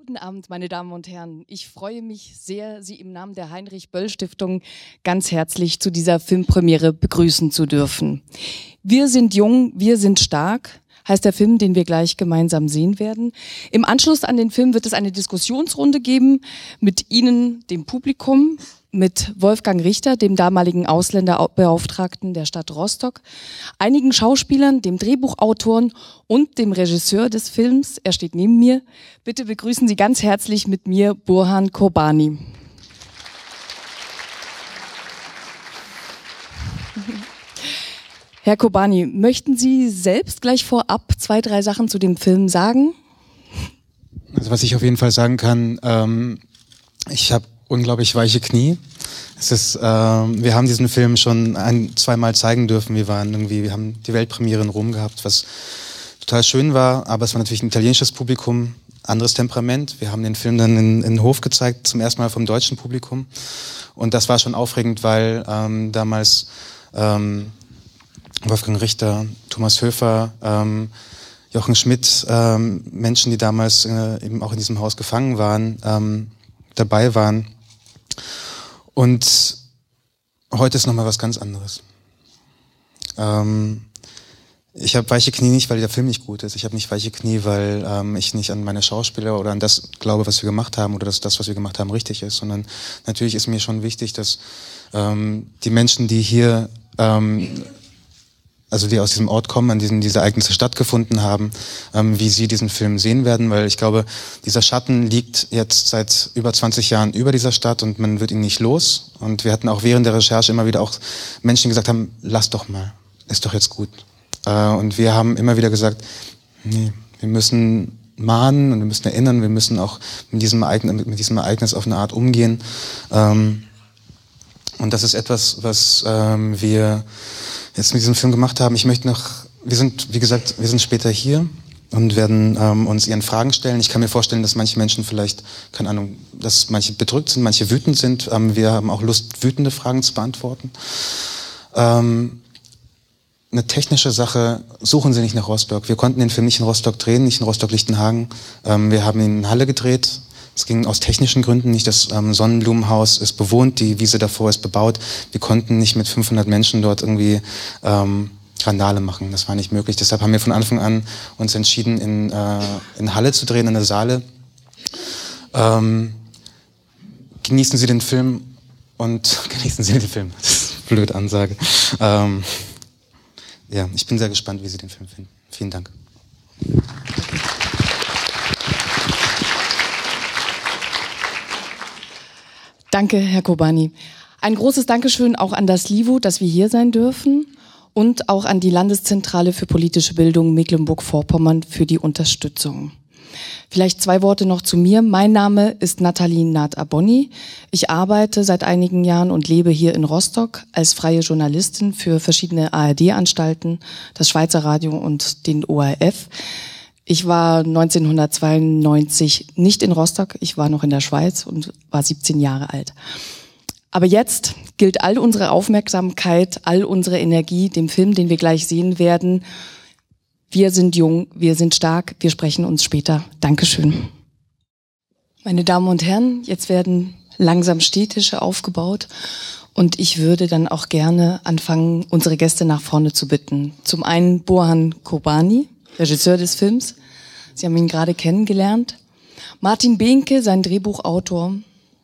Guten Abend, meine Damen und Herren. Ich freue mich sehr, Sie im Namen der Heinrich-Böll-Stiftung ganz herzlich zu dieser Filmpremiere begrüßen zu dürfen. Wir sind jung, wir sind stark, heißt der Film, den wir gleich gemeinsam sehen werden. Im Anschluss an den Film wird es eine Diskussionsrunde geben mit Ihnen, dem Publikum, mit Wolfgang Richter, dem damaligen Ausländerbeauftragten der Stadt Rostock, einigen Schauspielern, dem Drehbuchautoren und dem Regisseur des Films. Er steht neben mir. Bitte begrüßen Sie ganz herzlich mit mir Burhan Kurbani. Herr Kurbani, möchten Sie selbst gleich vorab 2, 3 Sachen zu dem Film sagen? Also was ich auf jeden Fall sagen kann, ich habe unglaublich weiche Knie. Wir haben diesen Film schon 2 Mal zeigen dürfen. Wir haben die Weltpremiere in Rom gehabt, was total schön war, aber es war natürlich ein italienisches Publikum, anderes Temperament. Wir haben den Film dann in den Hof gezeigt, zum ersten Mal vom deutschen Publikum. Und das war schon aufregend, weil damals Wolfgang Richter, Thomas Höfer, Jochen Schmidt, Menschen, die damals eben auch in diesem Haus gefangen waren, dabei waren. Und heute ist nochmal was ganz anderes. Ich habe weiche Knie nicht, weil der Film nicht gut ist. Ich habe nicht weiche Knie, weil ich nicht an meine Schauspieler oder an das glaube, was wir gemacht haben oder dass das, was wir gemacht haben, richtig ist. Sondern natürlich ist mir schon wichtig, dass die Menschen, die hier die aus diesem Ort kommen, an diesem diese Ereignisse stattgefunden haben, wie sie diesen Film sehen werden, weil ich glaube, dieser Schatten liegt jetzt seit über 20 Jahren über dieser Stadt und man wird ihn nicht los. Und wir hatten auch während der Recherche immer wieder auch Menschen, die gesagt haben, lass doch mal, ist doch jetzt gut. Und wir haben immer wieder gesagt, nee, wir müssen mahnen und wir müssen erinnern, wir müssen auch mit diesem Ereignis auf eine Art umgehen. Und das ist etwas, was wir jetzt mit diesem Film gemacht haben. Wir sind später hier und werden uns ihren Fragen stellen. Ich kann mir vorstellen, dass manche Menschen vielleicht, keine Ahnung, dass manche bedrückt sind, manche wütend sind. Wir haben auch Lust, wütende Fragen zu beantworten. Eine technische Sache, suchen Sie nicht nach Rostock. Wir konnten den Film nicht in Rostock drehen, nicht in Rostock-Lichtenhagen. Wir haben ihn in Halle gedreht. Es ging aus technischen Gründen nicht. Das Sonnenblumenhaus ist bewohnt, die Wiese davor ist bebaut. Wir konnten nicht mit 500 Menschen dort irgendwie Randale machen. Das war nicht möglich. Deshalb haben wir von Anfang an uns entschieden, in Halle zu drehen, in der Saale. Genießen Sie den Film und genießen Sie den Film. Das ist eine blöde Ansage. Ich bin sehr gespannt, wie Sie den Film finden. Vielen Dank. Danke, Herr Kurbani. Ein großes Dankeschön auch an das LIVO, dass wir hier sein dürfen und auch an die Landeszentrale für politische Bildung Mecklenburg-Vorpommern für die Unterstützung. Vielleicht 2 Worte noch zu mir. Mein Name ist Nathalie Naht-Abonni. Ich arbeite seit einigen Jahren und lebe hier in Rostock als freie Journalistin für verschiedene ARD-Anstalten, das Schweizer Radio und den ORF. Ich war 1992 nicht in Rostock, ich war noch in der Schweiz und war 17 Jahre alt. Aber jetzt gilt all unsere Aufmerksamkeit, all unsere Energie dem Film, den wir gleich sehen werden. Wir sind jung, wir sind stark, wir sprechen uns später. Dankeschön. Meine Damen und Herren, jetzt werden langsam Stehtische aufgebaut und ich würde dann auch gerne anfangen, unsere Gäste nach vorne zu bitten. Zum einen Burhan Kurbani, Regisseur des Films. Sie haben ihn gerade kennengelernt. Martin Behnke, sein Drehbuchautor.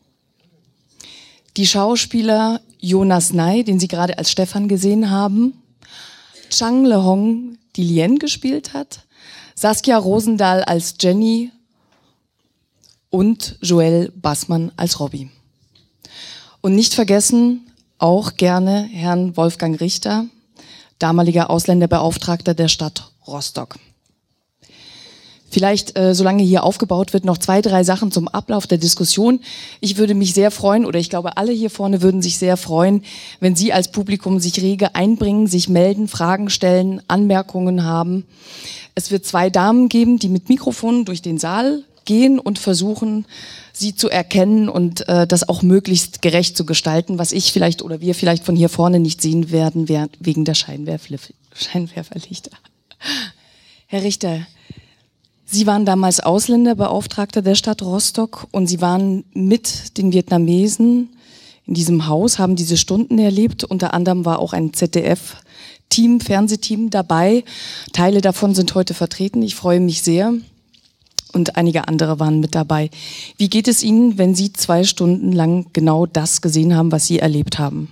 Die Schauspieler Jonas Ney, den Sie gerade als Stefan gesehen haben. Chang Le-hong, die Lien gespielt hat. Saskia Rosendahl als Jenny. Und Joel Bassmann als Robbie. Und nicht vergessen, auch gerne Herrn Wolfgang Richter, damaliger Ausländerbeauftragter der Stadt Rostock. Vielleicht, solange hier aufgebaut wird, noch 2, 3 Sachen zum Ablauf der Diskussion. Ich würde mich sehr freuen, oder ich glaube, alle hier vorne würden sich sehr freuen, wenn Sie als Publikum sich rege einbringen, sich melden, Fragen stellen, Anmerkungen haben. Es wird 2 Damen geben, die mit Mikrofonen durch den Saal gehen und versuchen, sie zu erkennen und das auch möglichst gerecht zu gestalten, was ich vielleicht oder wir vielleicht von hier vorne nicht sehen werden, wegen der Scheinwerferlichter. Herr Richter, Sie waren damals Ausländerbeauftragter der Stadt Rostock und Sie waren mit den Vietnamesen in diesem Haus, haben diese Stunden erlebt. Unter anderem war auch ein ZDF-Team, Fernsehteam dabei. Teile davon sind heute vertreten. Ich freue mich sehr. Und einige andere waren mit dabei. Wie geht es Ihnen, wenn Sie 2 Stunden lang genau das gesehen haben, was Sie erlebt haben?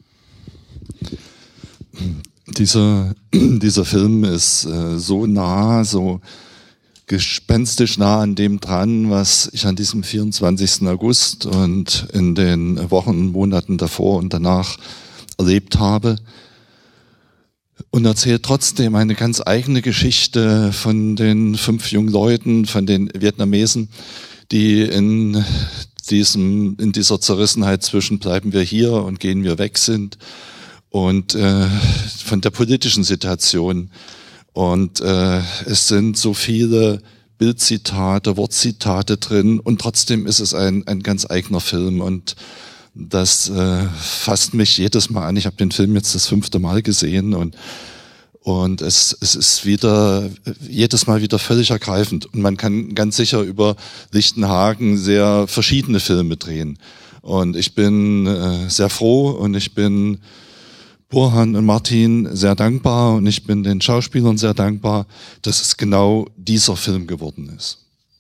Dieser Film ist so nah, so gespenstisch nah an dem dran, was ich an diesem 24. August und in den Wochen und Monaten davor und danach erlebt habe. Und erzählt trotzdem eine ganz eigene Geschichte von den 5 jungen Leuten, von den Vietnamesen, die in dieser Zerrissenheit zwischen bleiben wir hier und gehen wir weg sind und von der politischen Situation. Und es sind so viele Bildzitate, Wortzitate drin und trotzdem ist es ein ganz eigener Film und das fasst mich jedes Mal an. Ich habe den Film jetzt das 5. Mal gesehen und es ist wieder jedes Mal wieder völlig ergreifend und man kann ganz sicher über Lichtenhagen sehr verschiedene Filme drehen. Und ich bin sehr froh und ich bin Burhan und Martin sehr dankbar und ich bin den Schauspielern sehr dankbar, dass es genau dieser Film geworden ist.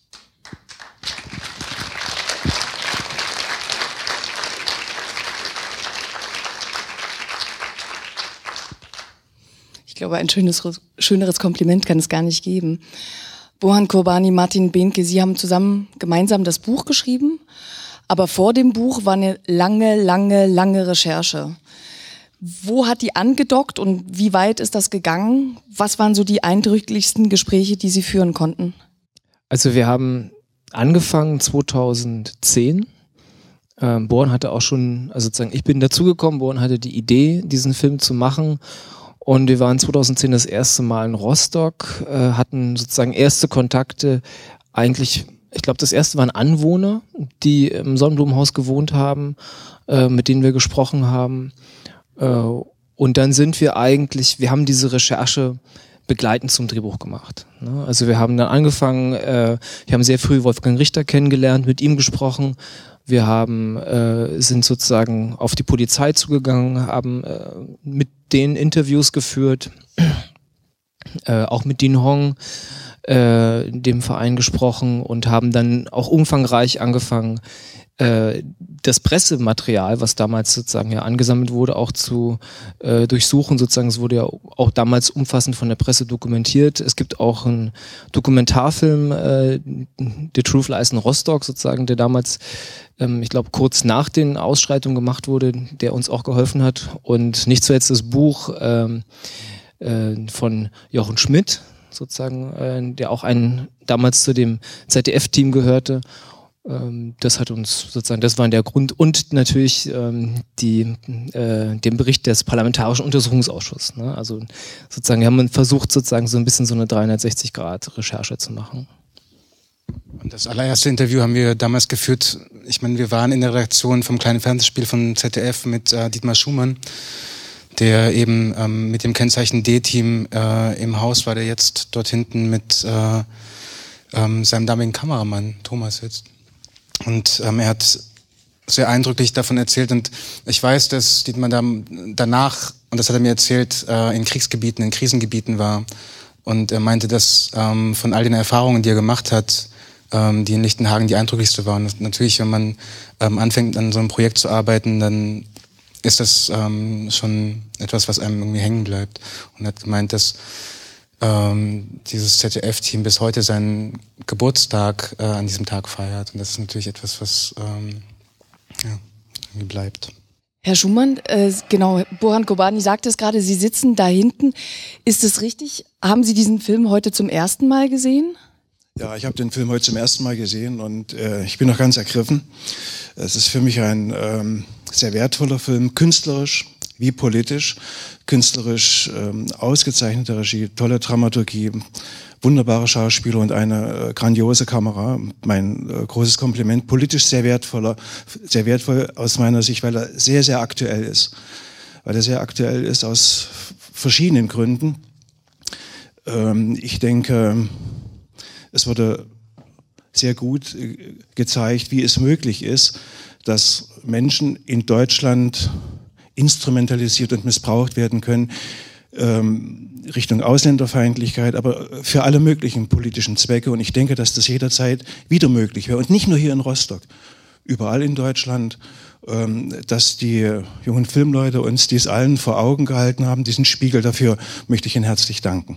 Ich glaube, ein schöneres Kompliment kann es gar nicht geben. Burhan Kurbani, Martin Behnke, Sie haben gemeinsam das Buch geschrieben, aber vor dem Buch war eine lange Recherche. Wo hat die angedockt und wie weit ist das gegangen? Was waren so die eindrücklichsten Gespräche, die Sie führen konnten? Also wir haben angefangen 2010. Burhan hatte auch schon, also sozusagen ich bin dazugekommen, Burhan hatte die Idee, diesen Film zu machen. Und wir waren 2010 das erste Mal in Rostock, hatten sozusagen erste Kontakte. Eigentlich, ich glaube, das erste waren Anwohner, die im Sonnenblumenhaus gewohnt haben, mit denen wir gesprochen haben. Und dann sind wir haben diese Recherche begleitend zum Drehbuch gemacht. Also wir haben dann angefangen, wir haben sehr früh Wolfgang Richter kennengelernt, mit ihm gesprochen. Wir sind sozusagen auf die Polizei zugegangen, haben mit denen Interviews geführt, auch mit Din Hong, dem Verein gesprochen und haben dann auch umfangreich angefangen, das Pressematerial, was damals sozusagen ja angesammelt wurde, auch zu durchsuchen. Sozusagen, es wurde ja auch damals umfassend von der Presse dokumentiert. Es gibt auch einen Dokumentarfilm, The Truth Lies in Rostock, sozusagen, der damals, ich glaube, kurz nach den Ausschreitungen gemacht wurde, der uns auch geholfen hat. Und nicht zuletzt das Buch von Jochen Schmidt, sozusagen, der auch damals zu dem ZDF-Team gehörte. Das hat uns sozusagen, das war der Grund und natürlich den Bericht des Parlamentarischen Untersuchungsausschusses. Ne? Also sozusagen, wir haben versucht sozusagen so ein bisschen so eine 360-Grad-Recherche zu machen. Und das allererste Interview haben wir damals geführt. Ich meine, wir waren in der Redaktion vom kleinen Fernsehspiel von ZDF mit Dietmar Schumann, der eben mit dem Kennzeichen D-Team im Haus war, der jetzt dort hinten mit seinem damaligen Kameramann Thomas sitzt. Und er hat sehr eindrücklich davon erzählt und ich weiß, dass Dietmar danach, und das hat er mir erzählt, in Kriegsgebieten, in Krisengebieten war und er meinte, dass von all den Erfahrungen, die er gemacht hat, die in Lichtenhagen die eindrücklichste waren. Und natürlich, wenn man anfängt an so einem Projekt zu arbeiten, dann ist das schon etwas, was einem irgendwie hängen bleibt. Und er hat gemeint, dass dieses ZDF-Team bis heute seinen Geburtstag an diesem Tag feiert. Und das ist natürlich etwas, was irgendwie bleibt. Herr Schumann, genau, Burhan Kurbani sagte es gerade, Sie sitzen da hinten. Ist es richtig? Haben Sie diesen Film heute zum ersten Mal gesehen? Ja, ich habe den Film heute zum ersten Mal gesehen und ich bin noch ganz ergriffen. Es ist für mich ein sehr wertvoller Film, künstlerisch wie politisch. Künstlerisch ausgezeichnete Regie, tolle Dramaturgie, wunderbare Schauspieler und eine grandiose Kamera. Mein großes Kompliment. Politisch sehr wertvoll aus meiner Sicht, weil er sehr, sehr aktuell ist. Weil er sehr aktuell ist aus verschiedenen Gründen. Ich denke, Es wurde sehr gut gezeigt, wie es möglich ist, dass Menschen in Deutschland instrumentalisiert und missbraucht werden können, Richtung Ausländerfeindlichkeit, aber für alle möglichen politischen Zwecke. Und ich denke, dass das jederzeit wieder möglich wäre. Und nicht nur hier in Rostock, überall in Deutschland, dass die jungen Filmleute uns dies allen vor Augen gehalten haben, diesen Spiegel. Dafür möchte ich Ihnen herzlich danken.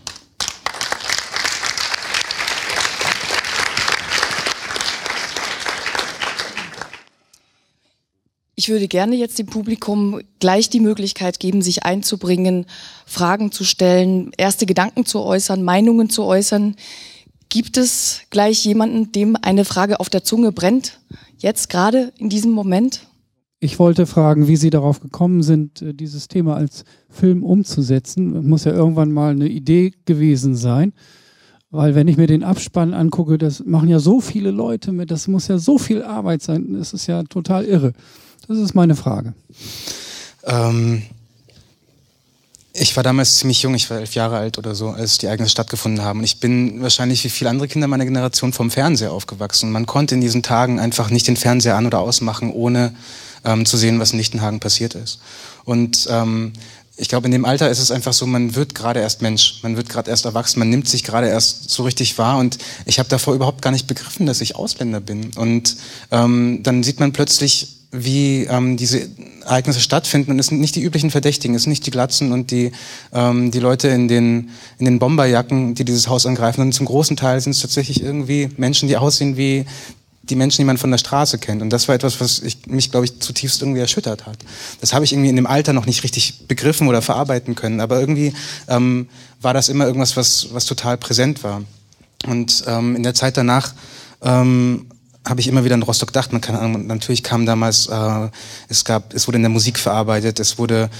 Ich würde gerne jetzt dem Publikum gleich die Möglichkeit geben, sich einzubringen, Fragen zu stellen, erste Gedanken zu äußern, Meinungen zu äußern. Gibt es gleich jemanden, dem eine Frage auf der Zunge brennt, jetzt gerade in diesem Moment? Ich wollte fragen, wie Sie darauf gekommen sind, dieses Thema als Film umzusetzen. Muss ja irgendwann mal eine Idee gewesen sein. Weil wenn ich mir den Abspann angucke, das machen ja so viele Leute mit, das muss ja so viel Arbeit sein, das ist ja total irre. Das ist meine Frage. Ich war damals ziemlich jung, ich war 11 Jahre alt oder so, als die Ereignisse stattgefunden haben. Und ich bin wahrscheinlich wie viele andere Kinder meiner Generation vom Fernseher aufgewachsen. Man konnte in diesen Tagen einfach nicht den Fernseher an- oder ausmachen, ohne zu sehen, was in Lichtenhagen passiert ist. Und ich glaube, in dem Alter ist es einfach so, man wird gerade erst Mensch, man wird gerade erst erwachsen, man nimmt sich gerade erst so richtig wahr. Und ich habe davor überhaupt gar nicht begriffen, dass ich Ausländer bin. Und dann sieht man plötzlich, wie diese Ereignisse stattfinden. Und es sind nicht die üblichen Verdächtigen, es sind nicht die Glatzen und die Leute in den Bomberjacken, die dieses Haus angreifen. sondern zum großen Teil sind es tatsächlich irgendwie Menschen, die aussehen wie die Menschen, die man von der Straße kennt. Und das war etwas, was mich, glaube ich, zutiefst irgendwie erschüttert hat. Das habe ich irgendwie in dem Alter noch nicht richtig begriffen oder verarbeiten können. Aber irgendwie war das immer irgendwas, was total präsent war. Und in der Zeit danach habe ich immer wieder an Rostock gedacht. Man kann, natürlich kam damals, es wurde in der Musik verarbeitet, es wurde,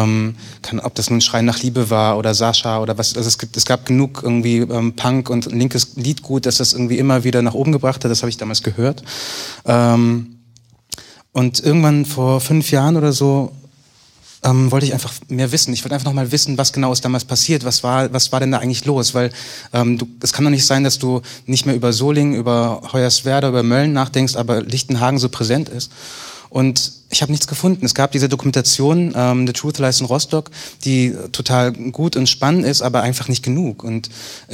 ob das nun Schreien nach Liebe war oder Sascha oder was, also es gab genug irgendwie Punk und linkes Liedgut, das das irgendwie immer wieder nach oben gebracht hat, das habe ich damals gehört. Und irgendwann vor 5 Jahren oder so wollte ich einfach mehr wissen. Ich wollte einfach noch mal wissen, was genau ist damals passiert. Was war denn da eigentlich los? Weil es kann doch nicht sein, dass du nicht mehr über Solingen, über Hoyerswerda, über Mölln nachdenkst, aber Lichtenhagen so präsent ist. Und ich habe nichts gefunden. Es gab diese Dokumentation, The Truth Lies in Rostock, die total gut und spannend ist, aber einfach nicht genug. Und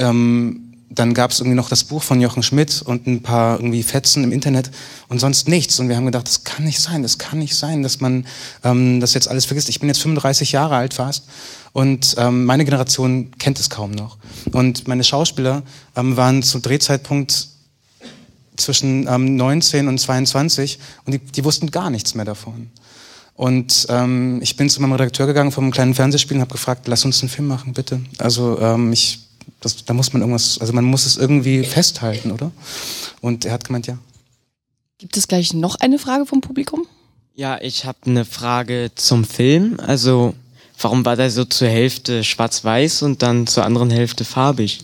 dann gab es irgendwie noch das Buch von Jochen Schmidt und ein paar irgendwie Fetzen im Internet und sonst nichts. Und wir haben gedacht, das kann nicht sein, dass man das jetzt alles vergisst. Ich bin jetzt 35 Jahre alt fast und meine Generation kennt es kaum noch. Und meine Schauspieler waren zum Drehzeitpunkt zwischen 19 und 22 und die wussten gar nichts mehr davon. Und ich bin zu meinem Redakteur gegangen vom kleinen Fernsehspiel und habe gefragt, lass uns einen Film machen, bitte. Also da muss man irgendwas, also man muss es irgendwie festhalten, oder? Und er hat gemeint, ja. Gibt es gleich noch eine Frage vom Publikum? Ja, ich habe eine Frage zum Film. Also, warum war der so zur Hälfte schwarz-weiß und dann zur anderen Hälfte farbig?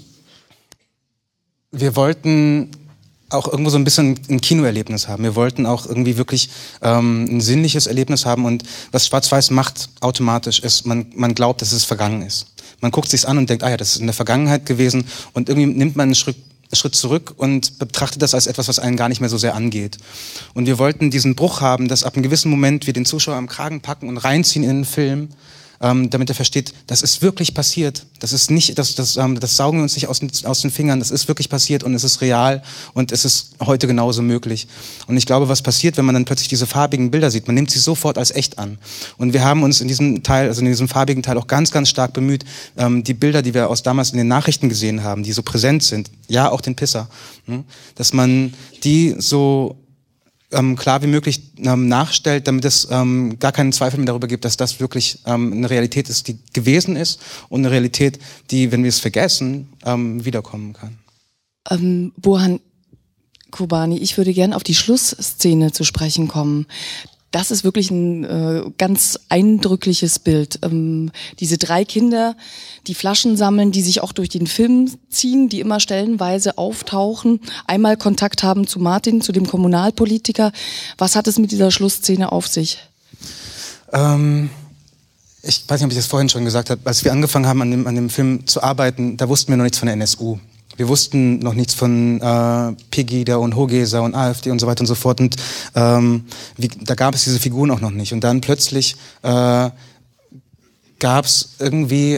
Wir wollten auch irgendwo so ein bisschen ein Kinoerlebnis haben. Wir wollten auch irgendwie wirklich ein sinnliches Erlebnis haben und was Schwarz-Weiß macht automatisch ist, man glaubt, dass es vergangen ist. Man guckt sich's an und denkt, ja, das ist in der Vergangenheit gewesen und irgendwie nimmt man einen Schritt zurück und betrachtet das als etwas, was einen gar nicht mehr so sehr angeht. Und wir wollten diesen Bruch haben, dass ab einem gewissen Moment wir den Zuschauer am Kragen packen und reinziehen in den Film, damit er versteht, das ist wirklich passiert. Das ist nicht, das saugen wir uns nicht aus den Fingern. Das ist wirklich passiert und es ist real und es ist heute genauso möglich. Und ich glaube, was passiert, wenn man dann plötzlich diese farbigen Bilder sieht, man nimmt sie sofort als echt an. Und wir haben uns in diesem Teil, also in diesem farbigen Teil auch ganz, ganz stark bemüht, die Bilder, die wir aus damals in den Nachrichten gesehen haben, die so präsent sind, ja, auch den Pisser, dass man die so klar wie möglich nachstellt, damit es gar keinen Zweifel mehr darüber gibt, dass das wirklich eine Realität ist, die gewesen ist und eine Realität, die, wenn wir es vergessen, wiederkommen kann. Burhan Kobani, ich würde gerne auf die Schlussszene zu sprechen kommen. Das ist wirklich ein ganz eindrückliches Bild. Diese 3 Kinder, die Flaschen sammeln, die sich auch durch den Film ziehen, die immer stellenweise auftauchen, einmal Kontakt haben zu Martin, zu dem Kommunalpolitiker. Was hat es mit dieser Schlussszene auf sich? Ich weiß nicht, ob ich das vorhin schon gesagt habe. Als wir angefangen haben, an dem Film zu arbeiten, da wussten wir noch nichts von der NSU. Wir wussten noch nichts von Pegida und Hogesa und AfD und so weiter und so fort. Und da gab es diese Figuren auch noch nicht. Und dann plötzlich gab es irgendwie,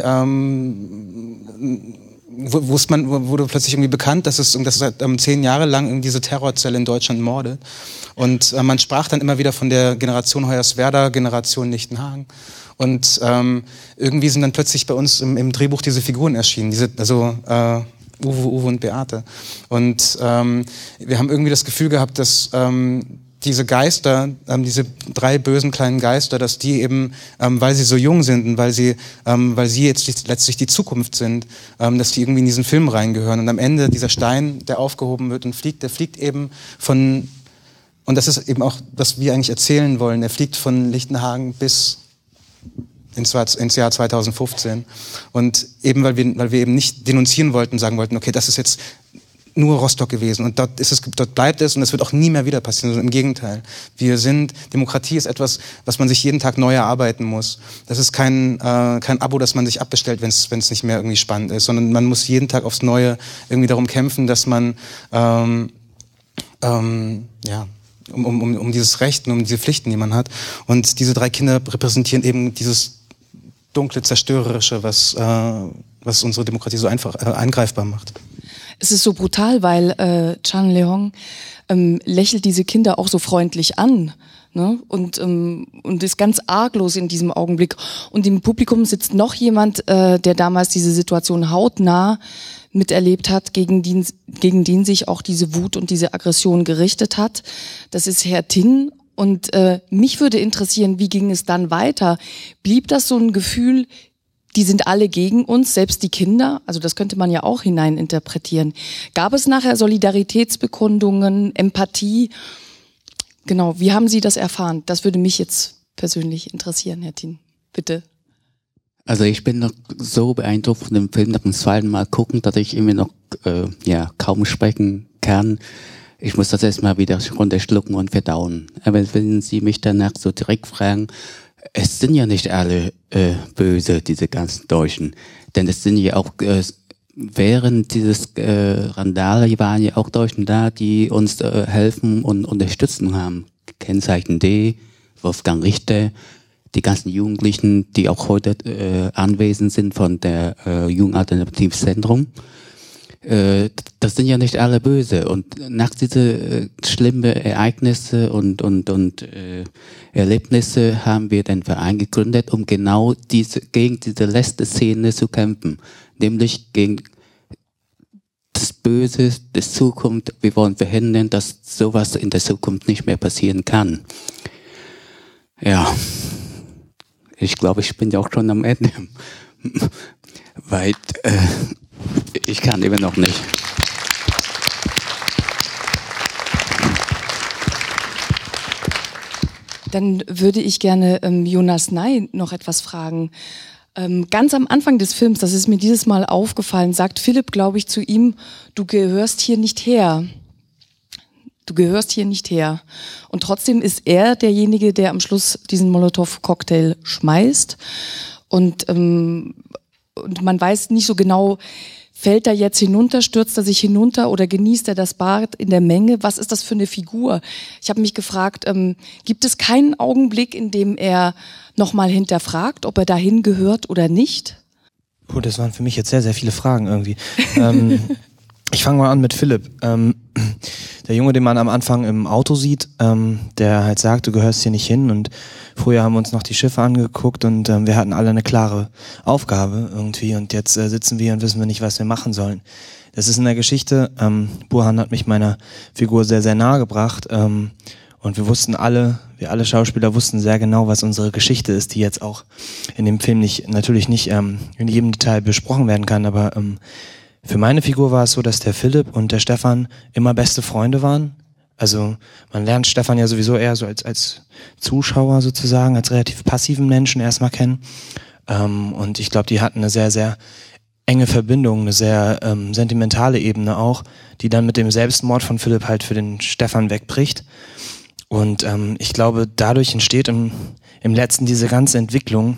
wurde plötzlich irgendwie bekannt, dass es 10 Jahre lang irgendwie diese Terrorzelle in Deutschland mordet. Und man sprach dann immer wieder von der Generation Hoyerswerda, Generation Lichtenhagen. Und irgendwie sind dann plötzlich bei uns im Drehbuch diese Figuren erschienen, Uwe und Beate. Und wir haben irgendwie das Gefühl gehabt, dass diese Geister, diese 3 bösen kleinen Geister, dass die eben, weil sie so jung sind und weil sie jetzt letztlich die Zukunft sind, dass die irgendwie in diesen Film reingehören. Und am Ende dieser Stein, der aufgehoben wird und fliegt, der fliegt eben von, und das ist eben auch, was wir eigentlich erzählen wollen, er fliegt von Lichtenhagen bis ins Jahr 2015. Und eben, weil wir eben nicht denunzieren wollten, sagen wollten, okay, das ist jetzt nur Rostock gewesen und dort bleibt es und es wird auch nie mehr wieder passieren. Also im Gegenteil. Demokratie ist etwas, was man sich jeden Tag neu erarbeiten muss. Das ist kein Abo, das man sich abbestellt, wenn es nicht mehr irgendwie spannend ist, sondern man muss jeden Tag aufs Neue irgendwie darum kämpfen, dass man um dieses Recht und um diese Pflichten, die man hat. Und diese 3 Kinder repräsentieren eben dieses dunkle, zerstörerische, was unsere Demokratie so einfach angreifbar macht. Es ist so brutal, weil Chan Leong lächelt diese Kinder auch so freundlich an, ne? Und ist ganz arglos in diesem Augenblick. Und im Publikum sitzt noch jemand, der damals diese Situation hautnah miterlebt hat, gegen den sich auch diese Wut und diese Aggression gerichtet hat. Das ist Herr Tin. Und mich würde interessieren, wie ging es dann weiter? Blieb das so ein Gefühl, die sind alle gegen uns, selbst die Kinder? Also das könnte man ja auch hineininterpretieren. Gab es nachher Solidaritätsbekundungen, Empathie? Genau, wie haben Sie das erfahren? Das würde mich jetzt persönlich interessieren, Herr Tin. Bitte. Also ich bin noch so beeindruckt von dem Film nach dem 2. Mal gucken, dass ich immer noch kaum sprechen kann. Ich muss das erstmal wieder runterschlucken und verdauen. Aber wenn Sie mich danach so direkt fragen, es sind ja nicht alle böse, diese ganzen Deutschen. Denn es sind ja auch, während dieses Randale waren ja auch Deutschen da, die uns helfen und unterstützen haben. Kennzeichen D, Wolfgang Richter, die ganzen Jugendlichen, die auch heute anwesend sind von der Jugendalternativzentrum. Das sind ja nicht alle böse. Und nach diese schlimmen Ereignisse und Erlebnisse haben wir den Verein gegründet, um genau gegen diese letzte Szene zu kämpfen. Nämlich gegen das Böse der Zukunft. Wir wollen verhindern, dass sowas in der Zukunft nicht mehr passieren kann. Ja, ich glaube, ich bin ja auch schon am Ende. Weil ich kann immer noch nicht. Dann würde ich gerne Jonas Ney noch etwas fragen. Ganz am Anfang des Films, das ist mir dieses Mal aufgefallen, sagt Philipp, glaube ich, zu ihm, du gehörst hier nicht her. Du gehörst hier nicht her. Und trotzdem ist er derjenige, der am Schluss diesen Molotow-Cocktail schmeißt. Und man weiß nicht so genau, fällt er jetzt hinunter, stürzt er sich hinunter oder genießt er das Bad in der Menge? Was ist das für eine Figur? Ich habe mich gefragt, gibt es keinen Augenblick, in dem er nochmal hinterfragt, ob er dahin gehört oder nicht? Puh, das waren für mich jetzt sehr, sehr viele Fragen irgendwie. Ich fange mal an mit Philipp. Der Junge, den man am Anfang im Auto sieht, der halt sagt, du gehörst hier nicht hin. Und früher haben wir uns noch die Schiffe angeguckt und wir hatten alle eine klare Aufgabe irgendwie. Und jetzt sitzen wir und wissen wir nicht, was wir machen sollen. Das ist in der Geschichte, Burhan hat mich meiner Figur sehr, sehr nahe gebracht. Und wir alle Schauspieler wussten sehr genau, was unsere Geschichte ist, die jetzt auch in dem Film natürlich nicht in jedem Detail besprochen werden kann, aber für meine Figur war es so, dass der Philipp und der Stefan immer beste Freunde waren. Also man lernt Stefan ja sowieso eher so als Zuschauer sozusagen, als relativ passiven Menschen erstmal kennen. Und ich glaube, die hatten eine sehr, sehr enge Verbindung, eine sehr sentimentale Ebene auch, die dann mit dem Selbstmord von Philipp halt für den Stefan wegbricht. Und ich glaube, dadurch entsteht im Letzten diese ganze Entwicklung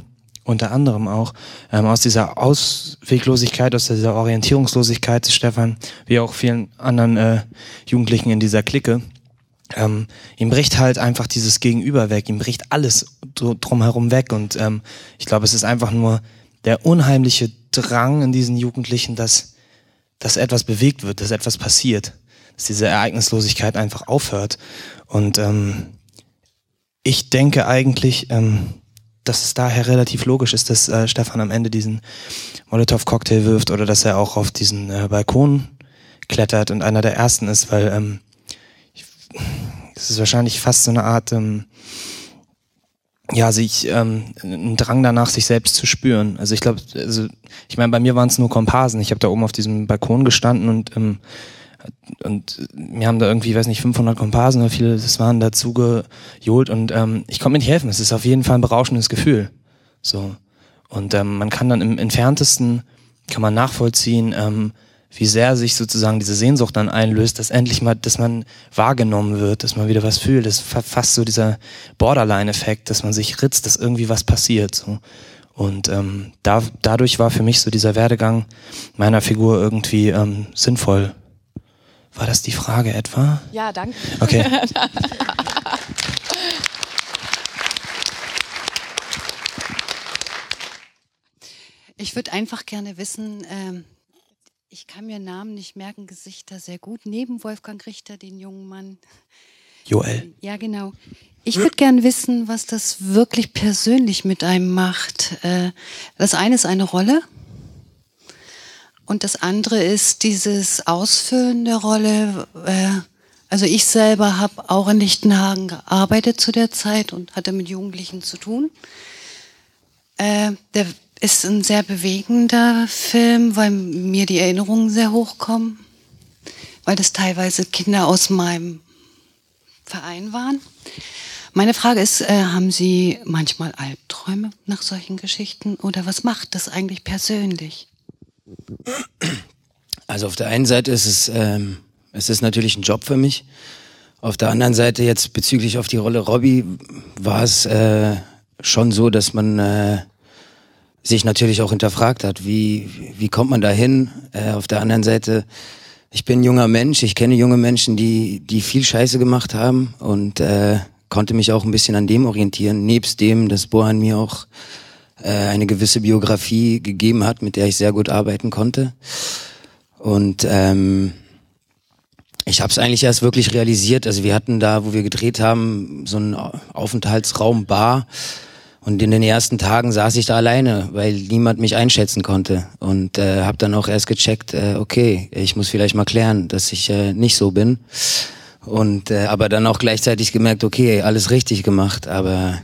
unter anderem auch, aus dieser Ausweglosigkeit, aus dieser Orientierungslosigkeit, Stefan, wie auch vielen anderen Jugendlichen in dieser Clique, ihm bricht halt einfach dieses Gegenüber weg, ihm bricht alles drumherum weg und ich glaube, es ist einfach nur der unheimliche Drang in diesen Jugendlichen, dass etwas bewegt wird, dass etwas passiert, dass diese Ereignislosigkeit einfach aufhört und ich denke eigentlich, dass es daher relativ logisch ist, dass Stefan am Ende diesen Molotow-Cocktail wirft oder dass er auch auf diesen Balkon klettert und einer der ersten ist, weil es ist wahrscheinlich fast so eine Art, ein Drang danach, sich selbst zu spüren. Also ich glaube, ich meine, bei mir waren es nur Komparsen. Ich habe da oben auf diesem Balkon gestanden und mir haben da irgendwie, 500 Komparsen oder viele, das waren dazu gejohlt und ich konnte mir nicht helfen. Es ist auf jeden Fall ein berauschendes Gefühl. So. Und man kann dann im Entferntesten, kann man nachvollziehen, wie sehr sich sozusagen diese Sehnsucht dann einlöst, dass endlich mal, dass man wahrgenommen wird, dass man wieder was fühlt. Das ist fast so dieser Borderline-Effekt, dass man sich ritzt, dass irgendwie was passiert. So. Und dadurch war für mich so dieser Werdegang meiner Figur irgendwie sinnvoll. War das die Frage etwa? Ja, danke. Okay. Ich würde einfach gerne wissen, ich kann mir Namen nicht merken, Gesichter sehr gut. Neben Wolfgang Richter, den jungen Mann. Joel. Ja, genau. Ich würde gerne wissen, was das wirklich persönlich mit einem macht. Das eine ist eine Rolle. Und das andere ist dieses Ausfüllen der Rolle. Also ich selber habe auch in Lichtenhagen gearbeitet zu der Zeit und hatte mit Jugendlichen zu tun. Der ist ein sehr bewegender Film, weil mir die Erinnerungen sehr hochkommen, weil das teilweise Kinder aus meinem Verein waren. Meine Frage ist, haben Sie manchmal Albträume nach solchen Geschichten oder was macht das eigentlich persönlich? Also auf der einen Seite ist es ist natürlich ein Job für mich. Auf der anderen Seite jetzt bezüglich auf die Rolle Robbie war es schon so, dass man sich natürlich auch hinterfragt hat, wie kommt man da hin? Auf der anderen Seite, ich bin ein junger Mensch, ich kenne junge Menschen, die viel Scheiße gemacht haben und konnte mich auch ein bisschen an dem orientieren, nebst dem, dass Bohan mir auch eine gewisse Biografie gegeben hat, mit der ich sehr gut arbeiten konnte. Und ich habe es eigentlich erst wirklich realisiert. Also wir hatten da, wo wir gedreht haben, so einen Aufenthaltsraum Bar. Und in den ersten Tagen saß ich da alleine, weil niemand mich einschätzen konnte. Und habe dann auch erst gecheckt, okay, ich muss vielleicht mal klären, dass ich nicht so bin. Und aber dann auch gleichzeitig gemerkt, okay, alles richtig gemacht. Aber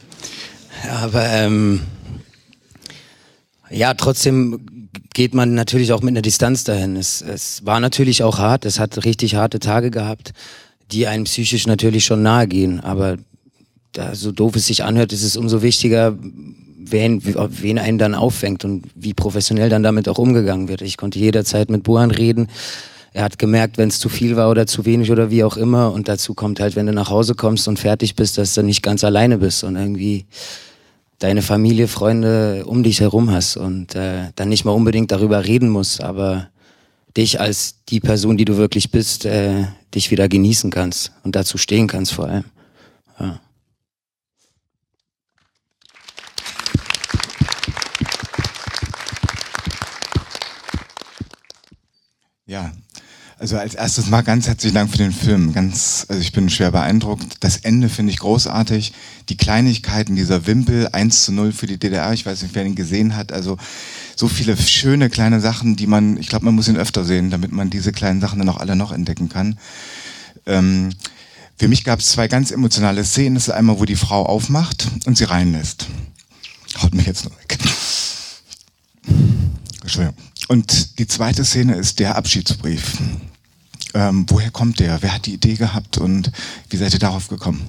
ja, trotzdem geht man natürlich auch mit einer Distanz dahin. Es war natürlich auch hart, es hat richtig harte Tage gehabt, die einem psychisch natürlich schon nahe gehen. Aber so doof es sich anhört, ist es umso wichtiger, wen einen dann auffängt und wie professionell dann damit auch umgegangen wird. Ich konnte jederzeit mit Bohan reden. Er hat gemerkt, wenn es zu viel war oder zu wenig oder wie auch immer. Und dazu kommt halt, wenn du nach Hause kommst und fertig bist, dass du nicht ganz alleine bist und irgendwie deine Familie, Freunde um dich herum hast und dann nicht mal unbedingt darüber reden musst, aber dich als die Person, die du wirklich bist, dich wieder genießen kannst und dazu stehen kannst vor allem. Ja. Ja, also als erstes mal ganz herzlichen Dank für den Film. Also ich bin schwer beeindruckt. Das Ende finde ich großartig. Die Kleinigkeiten, dieser Wimpel, 1:0 für die DDR. Ich weiß nicht, wer ihn gesehen hat. Also so viele schöne kleine Sachen, ich glaube, man muss ihn öfter sehen, damit man diese kleinen Sachen dann auch alle noch entdecken kann. Für mich gab es 2 ganz emotionale Szenen. Das ist einmal, wo die Frau aufmacht und sie reinlässt. Haut mich jetzt nur weg. Entschuldigung. Und die zweite Szene ist der Abschiedsbrief. Woher kommt der? Wer hat die Idee gehabt und wie seid ihr darauf gekommen?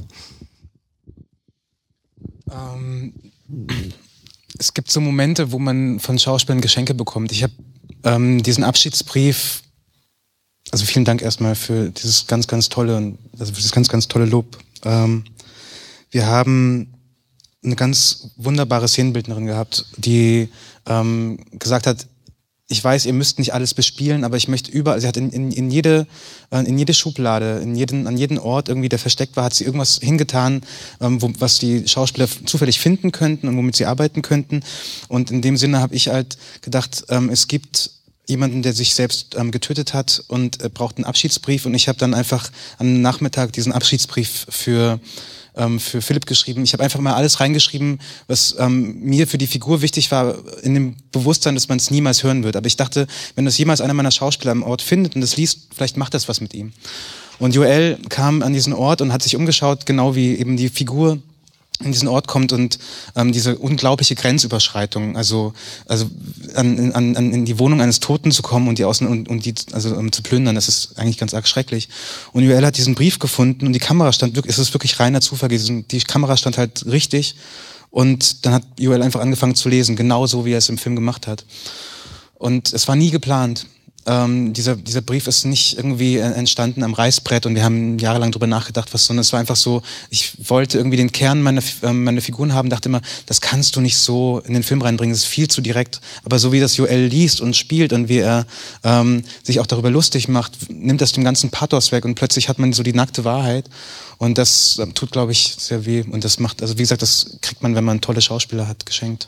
Es gibt so Momente, wo man von Schauspielern Geschenke bekommt. Ich habe diesen Abschiedsbrief, also vielen Dank erstmal für dieses ganz tolle Lob. Wir haben eine ganz wunderbare Szenenbildnerin gehabt, die gesagt hat, ich weiß, ihr müsst nicht alles bespielen, aber ich möchte überall, sie hat in jede Schublade, an jeden Ort irgendwie, der versteckt war, hat sie irgendwas hingetan, was die Schauspieler zufällig finden könnten und womit sie arbeiten könnten. Und in dem Sinne habe ich halt gedacht, es gibt jemanden, der sich selbst getötet hat und braucht einen Abschiedsbrief. Und ich habe dann einfach am Nachmittag diesen Abschiedsbrief für Philipp geschrieben. Ich habe einfach mal alles reingeschrieben, was mir für die Figur wichtig war, in dem Bewusstsein, dass man es niemals hören wird. Aber ich dachte, wenn das jemals einer meiner Schauspieler am Ort findet und das liest, vielleicht macht das was mit ihm. Und Joel kam an diesen Ort und hat sich umgeschaut, genau wie eben die Figur in diesen Ort kommt und diese unglaubliche Grenzüberschreitung, also in die Wohnung eines Toten zu kommen und die zu plündern, das ist eigentlich ganz arg schrecklich. Und Joel hat diesen Brief gefunden und die Kamera stand wirklich, es ist wirklich reiner Zufall gewesen, die Kamera stand halt richtig und dann hat Joel einfach angefangen zu lesen, genauso wie er es im Film gemacht hat. Und es war nie geplant. Dieser Brief ist nicht irgendwie entstanden am Reißbrett und wir haben jahrelang drüber nachgedacht, sondern es war einfach so, ich wollte irgendwie den Kern meiner Figuren haben, dachte immer, das kannst du nicht so in den Film reinbringen, das ist viel zu direkt. Aber so wie das Joel liest und spielt und wie er sich auch darüber lustig macht, nimmt das dem ganzen Pathos weg und plötzlich hat man so die nackte Wahrheit und das tut, glaube ich, sehr weh und das macht, also wie gesagt, das kriegt man, wenn man tolle Schauspieler hat, geschenkt.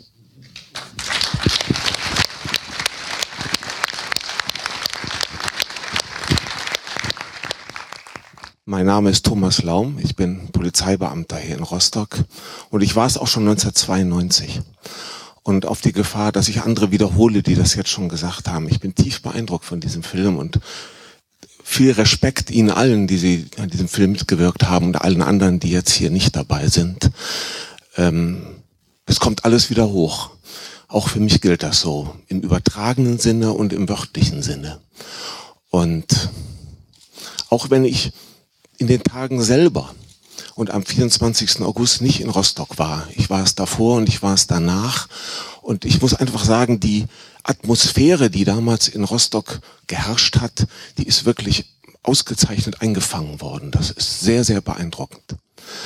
Mein Name ist Thomas Laum, ich bin Polizeibeamter hier in Rostock und ich war es auch schon 1992. Und auf die Gefahr, dass ich andere wiederhole, die das jetzt schon gesagt haben, ich bin tief beeindruckt von diesem Film und viel Respekt Ihnen allen, die Sie an diesem Film mitgewirkt haben und allen anderen, die jetzt hier nicht dabei sind. Es kommt alles wieder hoch. Auch für mich gilt das so, im übertragenen Sinne und im wörtlichen Sinne. Und auch wenn ich in den Tagen selber und am 24. August nicht in Rostock war. Ich war es davor und ich war es danach. Und ich muss einfach sagen, die Atmosphäre, die damals in Rostock geherrscht hat, die ist wirklich ausgezeichnet eingefangen worden. Das ist sehr, sehr beeindruckend.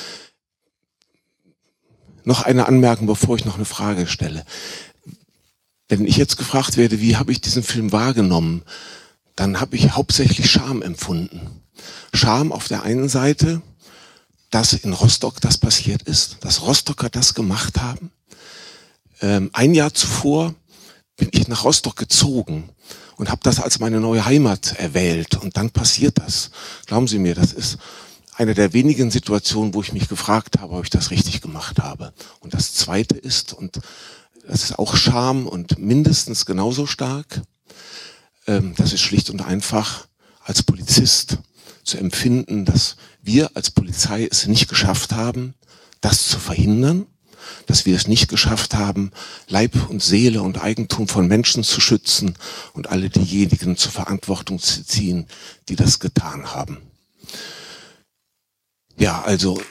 Noch eine Anmerkung, bevor ich noch eine Frage stelle. Wenn ich jetzt gefragt werde, wie habe ich diesen Film wahrgenommen, dann habe ich hauptsächlich Scham empfunden. Scham auf der einen Seite, dass in Rostock das passiert ist, dass Rostocker das gemacht haben. Ein Jahr zuvor bin ich nach Rostock gezogen und habe das als meine neue Heimat erwählt und dann passiert das. Glauben Sie mir, das ist eine der wenigen Situationen, wo ich mich gefragt habe, ob ich das richtig gemacht habe. Und das Zweite ist, und das ist auch Scham und mindestens genauso stark, das ist schlicht und einfach als Polizist zu empfinden, dass wir als Polizei es nicht geschafft haben, das zu verhindern, dass wir es nicht geschafft haben, Leib und Seele und Eigentum von Menschen zu schützen und alle diejenigen zur Verantwortung zu ziehen, die das getan haben. Ja, also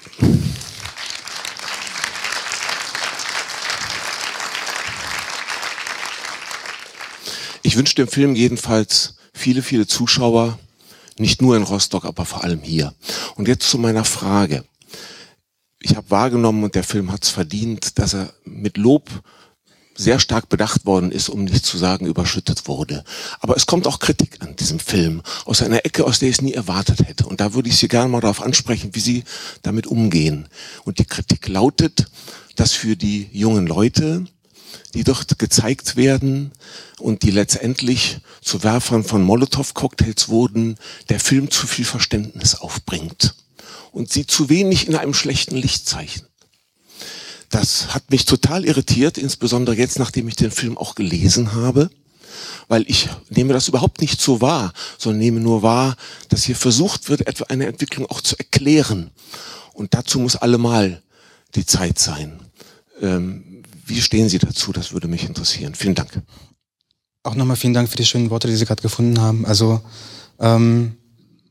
ich wünsche dem Film jedenfalls viele, viele Zuschauer, nicht nur in Rostock, aber vor allem hier. Und jetzt zu meiner Frage. Ich habe wahrgenommen, und der Film hat es verdient, dass er mit Lob sehr stark bedacht worden ist, um nicht zu sagen überschüttet wurde. Aber es kommt auch Kritik an diesem Film, aus einer Ecke, aus der ich es nie erwartet hätte. Und da würde ich Sie gerne mal darauf ansprechen, wie Sie damit umgehen. Und die Kritik lautet, dass für die jungen Leute, die dort gezeigt werden und die letztendlich zu Werfern von Molotow-Cocktails wurden, der Film zu viel Verständnis aufbringt und sie zu wenig in einem schlechten Licht zeichnen. Das hat mich total irritiert, insbesondere jetzt, nachdem ich den Film auch gelesen habe, weil ich nehme das überhaupt nicht so wahr, sondern nehme nur wahr, dass hier versucht wird, etwa eine Entwicklung auch zu erklären. Und dazu muss allemal die Zeit sein. Wie stehen Sie dazu? Das würde mich interessieren. Vielen Dank. Auch nochmal vielen Dank für die schönen Worte, die Sie gerade gefunden haben. Also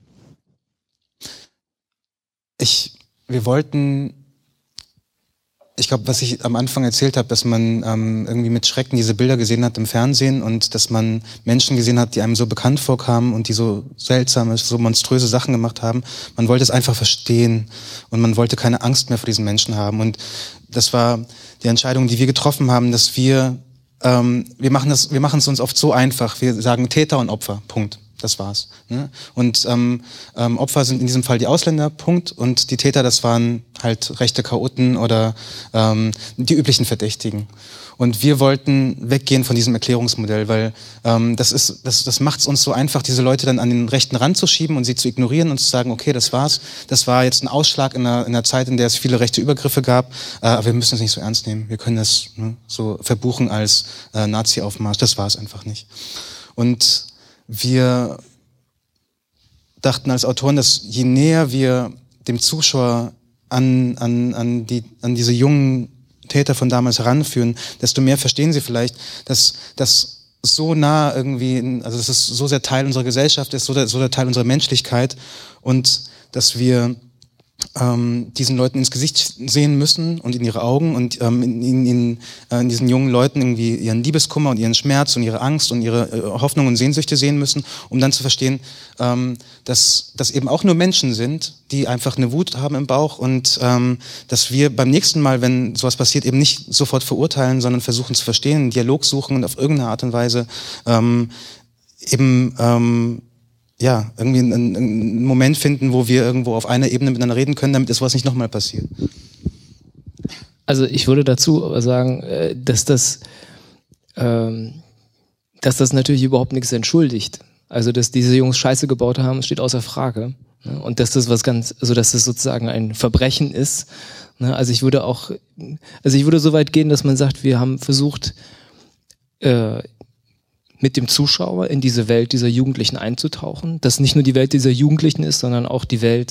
wir wollten ich glaube, was ich am Anfang erzählt habe, dass man irgendwie mit Schrecken diese Bilder gesehen hat im Fernsehen und dass man Menschen gesehen hat, die einem so bekannt vorkamen und die so seltsame, so monströse Sachen gemacht haben. Man wollte es einfach verstehen und man wollte keine Angst mehr vor diesen Menschen haben. Und das war die Entscheidung, die wir getroffen haben, dass wir machen es uns oft so einfach. Wir sagen Täter und Opfer, Punkt. Das war's. Ne? Und Opfer sind in diesem Fall die Ausländer, Punkt. Und die Täter, das waren halt rechte Chaoten oder die üblichen Verdächtigen. Und wir wollten weggehen von diesem Erklärungsmodell, weil das macht es uns so einfach, diese Leute dann an den rechten Rand zu schieben und sie zu ignorieren und zu sagen, okay, das war's. Das war jetzt ein Ausschlag in einer Zeit, in der es viele rechte Übergriffe gab. Aber wir müssen es nicht so ernst nehmen. Wir können das so verbuchen als Nazi-Aufmarsch. Das war es einfach nicht. Und wir dachten als Autoren, dass je näher wir dem Zuschauer an diese jungen Täter von damals heranführen, desto mehr verstehen sie vielleicht, dass das so nah irgendwie, also dass es so sehr Teil unserer Gesellschaft ist, so der Teil unserer Menschlichkeit und dass wir diesen Leuten ins Gesicht sehen müssen und in ihre Augen und in diesen jungen Leuten irgendwie ihren Liebeskummer und ihren Schmerz und ihre Angst und ihre Hoffnung und Sehnsüchte sehen müssen, um dann zu verstehen, dass das eben auch nur Menschen sind, die einfach eine Wut haben im Bauch und dass wir beim nächsten Mal, wenn sowas passiert, eben nicht sofort verurteilen, sondern versuchen zu verstehen, einen Dialog suchen und auf irgendeine Art und Weise irgendwie einen Moment finden, wo wir irgendwo auf einer Ebene miteinander reden können, damit sowas nicht nochmal passiert. Also ich würde dazu sagen, dass das natürlich überhaupt nichts entschuldigt. Also dass diese Jungs Scheiße gebaut haben, steht außer Frage. Und dass das dass das sozusagen ein Verbrechen ist. Also ich würde so weit gehen, dass man sagt, wir haben versucht, mit dem Zuschauer in diese Welt dieser Jugendlichen einzutauchen, dass nicht nur die Welt dieser Jugendlichen ist, sondern auch die Welt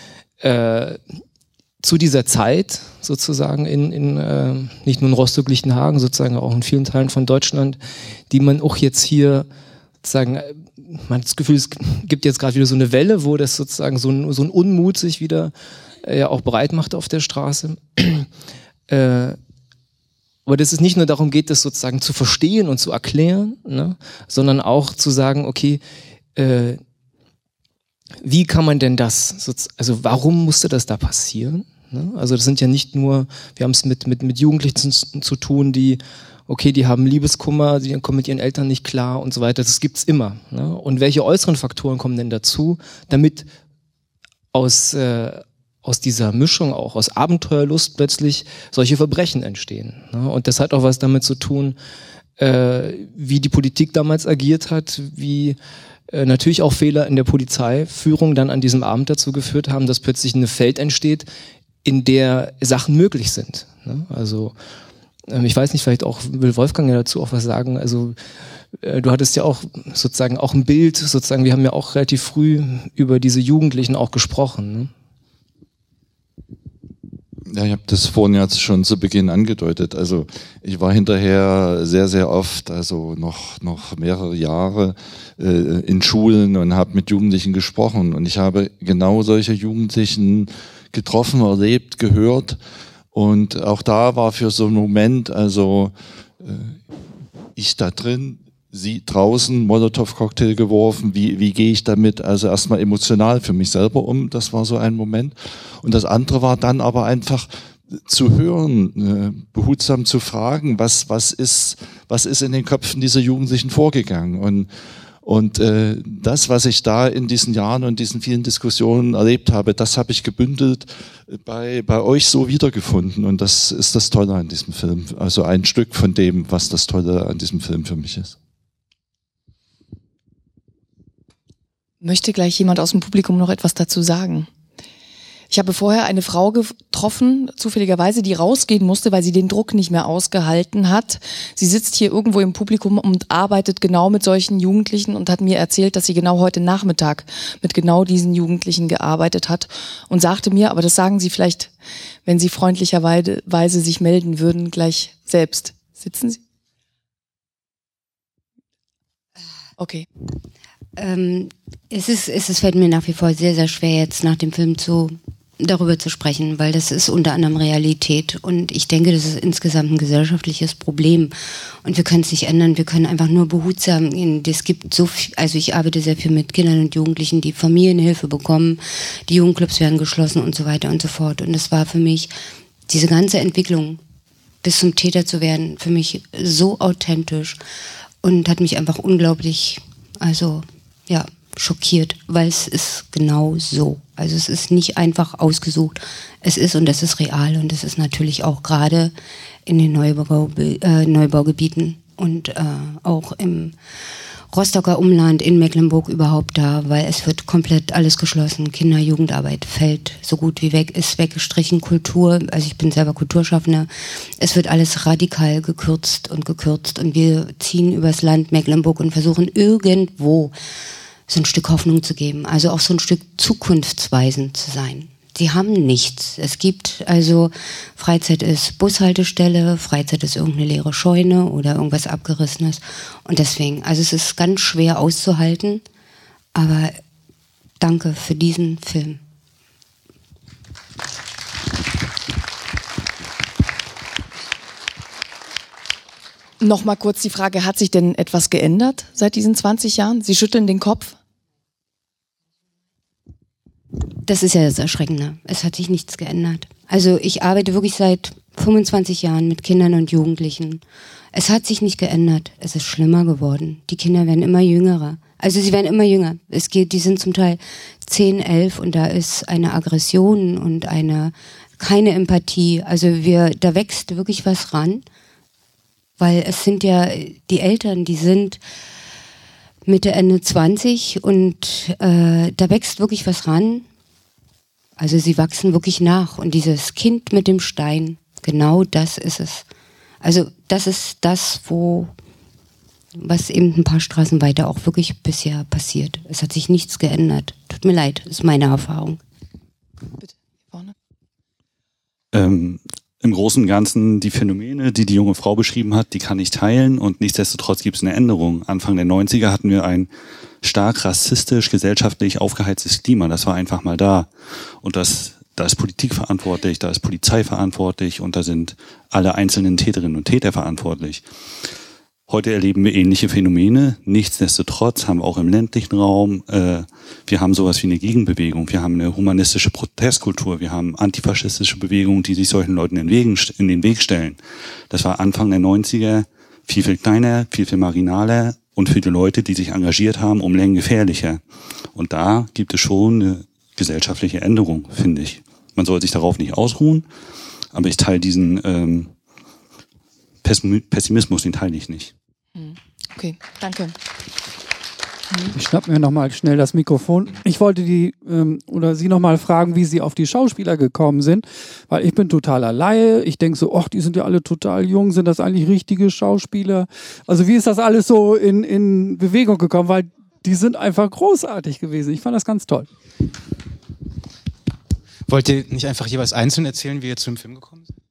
zu dieser Zeit sozusagen in nicht nur in Rostock-Lichtenhagen, sozusagen auch in vielen Teilen von Deutschland, die man auch jetzt hier sozusagen, man hat das Gefühl, es gibt jetzt gerade wieder so eine Welle, wo das sozusagen so ein Unmut sich wieder auch breit macht auf der Straße. Aber dass es nicht nur darum geht, das sozusagen zu verstehen und zu erklären, ne, sondern auch zu sagen, okay, wie kann man denn also warum musste das da passieren? Ne? Also das sind ja nicht nur, wir haben es mit Jugendlichen zu tun, die haben Liebeskummer, die kommen mit ihren Eltern nicht klar und so weiter, das gibt's immer. Ne? Und welche äußeren Faktoren kommen denn dazu, damit aus dieser Mischung auch, aus Abenteuerlust plötzlich solche Verbrechen entstehen. Ne? Und das hat auch was damit zu tun, wie die Politik damals agiert hat, wie natürlich auch Fehler in der Polizeiführung dann an diesem Abend dazu geführt haben, dass plötzlich ein Feld entsteht, in der Sachen möglich sind. Ne? Also ich weiß nicht, vielleicht auch will Wolfgang ja dazu auch was sagen. Also du hattest ja auch sozusagen auch ein Bild, sozusagen, wir haben ja auch relativ früh über diese Jugendlichen auch gesprochen. Ne? Ja, ich habe das vorhin jetzt schon zu Beginn angedeutet. Also ich war hinterher sehr, sehr oft, also noch mehrere Jahre in Schulen und habe mit Jugendlichen gesprochen. Und ich habe genau solche Jugendlichen getroffen, erlebt, gehört. Und auch da war für so einen Moment, also ich da drin, sie draußen, Molotow-Cocktail geworfen, wie gehe ich damit also erstmal emotional für mich selber um, das war so ein Moment. Und das andere war dann aber einfach zu hören, behutsam zu fragen, was ist in den Köpfen dieser Jugendlichen vorgegangen. Und das, was ich da in diesen Jahren und diesen vielen Diskussionen erlebt habe, das habe ich gebündelt bei euch so wiedergefunden. Und das ist das Tolle an diesem Film. Also ein Stück von dem, was das Tolle an diesem Film für mich ist. Möchte gleich jemand aus dem Publikum noch etwas dazu sagen? Ich habe vorher eine Frau getroffen, zufälligerweise, die rausgehen musste, weil sie den Druck nicht mehr ausgehalten hat. Sie sitzt hier irgendwo im Publikum und arbeitet genau mit solchen Jugendlichen und hat mir erzählt, dass sie genau heute Nachmittag mit genau diesen Jugendlichen gearbeitet hat und sagte mir, aber das sagen Sie vielleicht, wenn Sie freundlicherweise sich melden würden, gleich selbst. Sitzen Sie? Okay. Es fällt mir nach wie vor sehr, sehr schwer, jetzt nach dem Film zu darüber zu sprechen, weil das ist unter anderem Realität und ich denke, das ist insgesamt ein gesellschaftliches Problem und wir können es nicht ändern, wir können einfach nur behutsam gehen. Es gibt so viel, also ich arbeite sehr viel mit Kindern und Jugendlichen, die Familienhilfe bekommen, die Jugendclubs werden geschlossen und so weiter und so fort und das war für mich diese ganze Entwicklung bis zum Täter zu werden, für mich so authentisch und hat mich einfach unglaublich, also ja, schockiert, weil es ist genau so. Also es ist nicht einfach ausgesucht. Es ist und es ist real und es ist natürlich auch gerade in den Neubaugebieten und auch im Rostocker Umland in Mecklenburg überhaupt da, weil es wird komplett alles geschlossen. Kinder-, Jugendarbeit fällt so gut wie weg, ist weggestrichen. Kultur, also ich bin selber Kulturschaffender, es wird alles radikal gekürzt und wir ziehen übers Land Mecklenburg und versuchen irgendwo so ein Stück Hoffnung zu geben, also auch so ein Stück zukunftsweisend zu sein. Sie haben nichts. Es gibt also, Freizeit ist Bushaltestelle, Freizeit ist irgendeine leere Scheune oder irgendwas Abgerissenes. Und deswegen, also es ist ganz schwer auszuhalten, aber danke für diesen Film. Nochmal kurz die Frage, hat sich denn etwas geändert seit diesen 20 Jahren? Sie schütteln den Kopf. Das ist ja das Erschreckende. Es hat sich nichts geändert. Also ich arbeite wirklich seit 25 Jahren mit Kindern und Jugendlichen. Es hat sich nicht geändert. Es ist schlimmer geworden. Die Kinder werden immer jünger. Also sie werden immer jünger. Die sind zum Teil 10, 11 und da ist eine Aggression und keine Empathie. Also da wächst wirklich was ran. Weil es sind ja die Eltern, die sind Mitte, Ende 20 und da wächst wirklich was ran. Also sie wachsen wirklich nach und dieses Kind mit dem Stein, genau das ist es. Also das ist das, was eben ein paar Straßen weiter auch wirklich bisher passiert. Es hat sich nichts geändert. Tut mir leid, das ist meine Erfahrung. Bitte, vorne. Im Großen und Ganzen die Phänomene, die junge Frau beschrieben hat, die kann ich teilen und nichtsdestotrotz gibt es eine Änderung. Anfang der 90er hatten wir ein stark rassistisch, gesellschaftlich aufgeheiztes Klima. Das war einfach mal da. Und da ist Politik verantwortlich, da ist Polizei verantwortlich und da sind alle einzelnen Täterinnen und Täter verantwortlich. Heute erleben wir ähnliche Phänomene. Nichtsdestotrotz haben wir auch im ländlichen Raum, wir haben sowas wie eine Gegenbewegung, wir haben eine humanistische Protestkultur, wir haben antifaschistische Bewegungen, die sich solchen Leuten in den Weg stellen. Das war Anfang der 90er viel, viel kleiner, viel, viel marginaler und für die Leute, die sich engagiert haben, um Längen gefährlicher. Und da gibt es schon eine gesellschaftliche Änderung, finde ich. Man soll sich darauf nicht ausruhen, aber ich teile diesen Pessimismus, den teile ich nicht. Okay, danke. Ich schnapp mir nochmal schnell das Mikrofon. Ich wollte Sie nochmal fragen, wie Sie auf die Schauspieler gekommen sind, weil ich bin totaler Laie. Ich denke so, die sind ja alle total jung, sind das eigentlich richtige Schauspieler? Also wie ist das alles so in Bewegung gekommen? Weil die sind einfach großartig gewesen. Ich fand das ganz toll. Wollt ihr nicht einfach jeweils einzeln erzählen, wie ihr zu dem Film gekommen seid?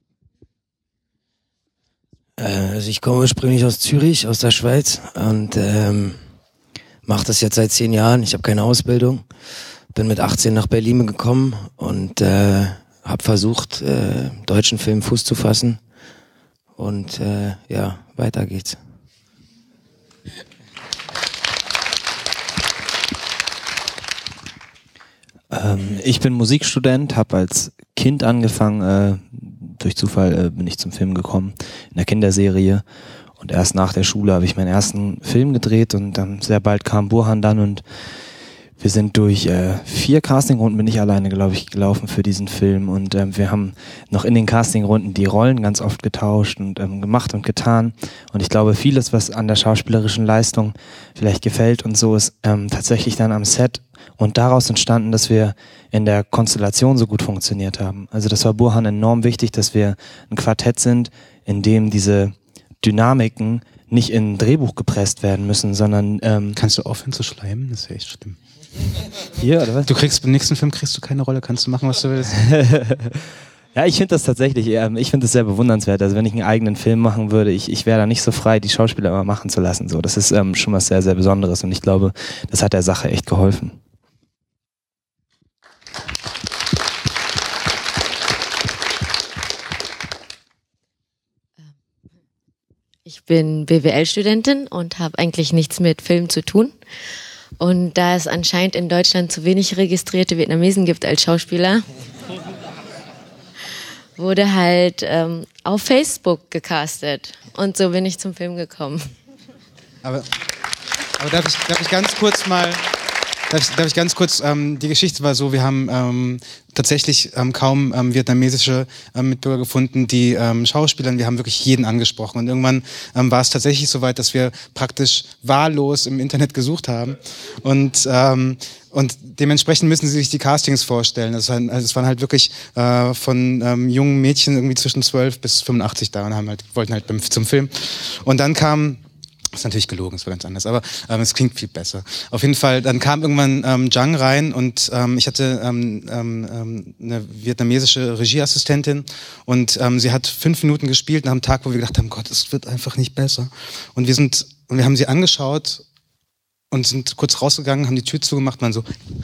Also ich komme ursprünglich aus Zürich, aus der Schweiz und mache das jetzt seit 10 Jahren. Ich habe keine Ausbildung, bin mit 18 nach Berlin gekommen und habe versucht, deutschen Film Fuß zu fassen und weiter geht's. Ich bin Musikstudent, habe als Kind angefangen, durch Zufall bin ich zum Film gekommen, in der Kinderserie. Und erst nach der Schule habe ich meinen ersten Film gedreht und dann sehr bald kam Burhan dann und wir sind durch 4 Castingrunden, bin ich alleine, glaube ich, gelaufen für diesen Film und wir haben noch in den Castingrunden die Rollen ganz oft getauscht und gemacht und getan und ich glaube, vieles, was an der schauspielerischen Leistung vielleicht gefällt und so, ist tatsächlich dann am Set und daraus entstanden, dass wir in der Konstellation so gut funktioniert haben. Also das war Burhan enorm wichtig, dass wir ein Quartett sind, in dem diese Dynamiken nicht in ein Drehbuch gepresst werden müssen, sondern... Kannst du aufhören zu schleimen? Das ist ja echt schlimm. Hier, oder was? Beim nächsten Film kriegst du keine Rolle, kannst du machen, was du willst. Ja, ich finde das tatsächlich, ich finde das sehr bewundernswert. Also wenn ich einen eigenen Film machen würde, ich wäre da nicht so frei, die Schauspieler immer machen zu lassen. So, das ist schon was sehr, sehr Besonderes und ich glaube, das hat der Sache echt geholfen. bin BWL-Studentin und habe eigentlich nichts mit Film zu tun. Und da es anscheinend in Deutschland zu wenig registrierte Vietnamesen gibt als Schauspieler, wurde halt auf Facebook gecastet. Und so bin ich zum Film gekommen. Aber darf ich ganz kurz mal... Darf ich ganz kurz, die Geschichte war so, wir haben tatsächlich kaum vietnamesische Mitbürger gefunden, die Schauspielern, wir haben wirklich jeden angesprochen. Und irgendwann war es tatsächlich so weit, dass wir praktisch wahllos im Internet gesucht haben. Und dementsprechend müssen Sie sich die Castings vorstellen. Es waren halt wirklich von jungen Mädchen irgendwie zwischen 12 bis 85 da und wollten halt zum Film. Und dann kam... Das ist natürlich gelogen, es war ganz anders, aber es klingt viel besser. Auf jeden Fall, dann kam irgendwann Jang rein und ich hatte eine vietnamesische Regieassistentin und sie hat 5 Minuten gespielt nach einem Tag, wo wir gedacht haben, Gott, es wird einfach nicht besser. Und wir haben sie angeschaut und sind kurz rausgegangen, haben die Tür zugemacht und waren so...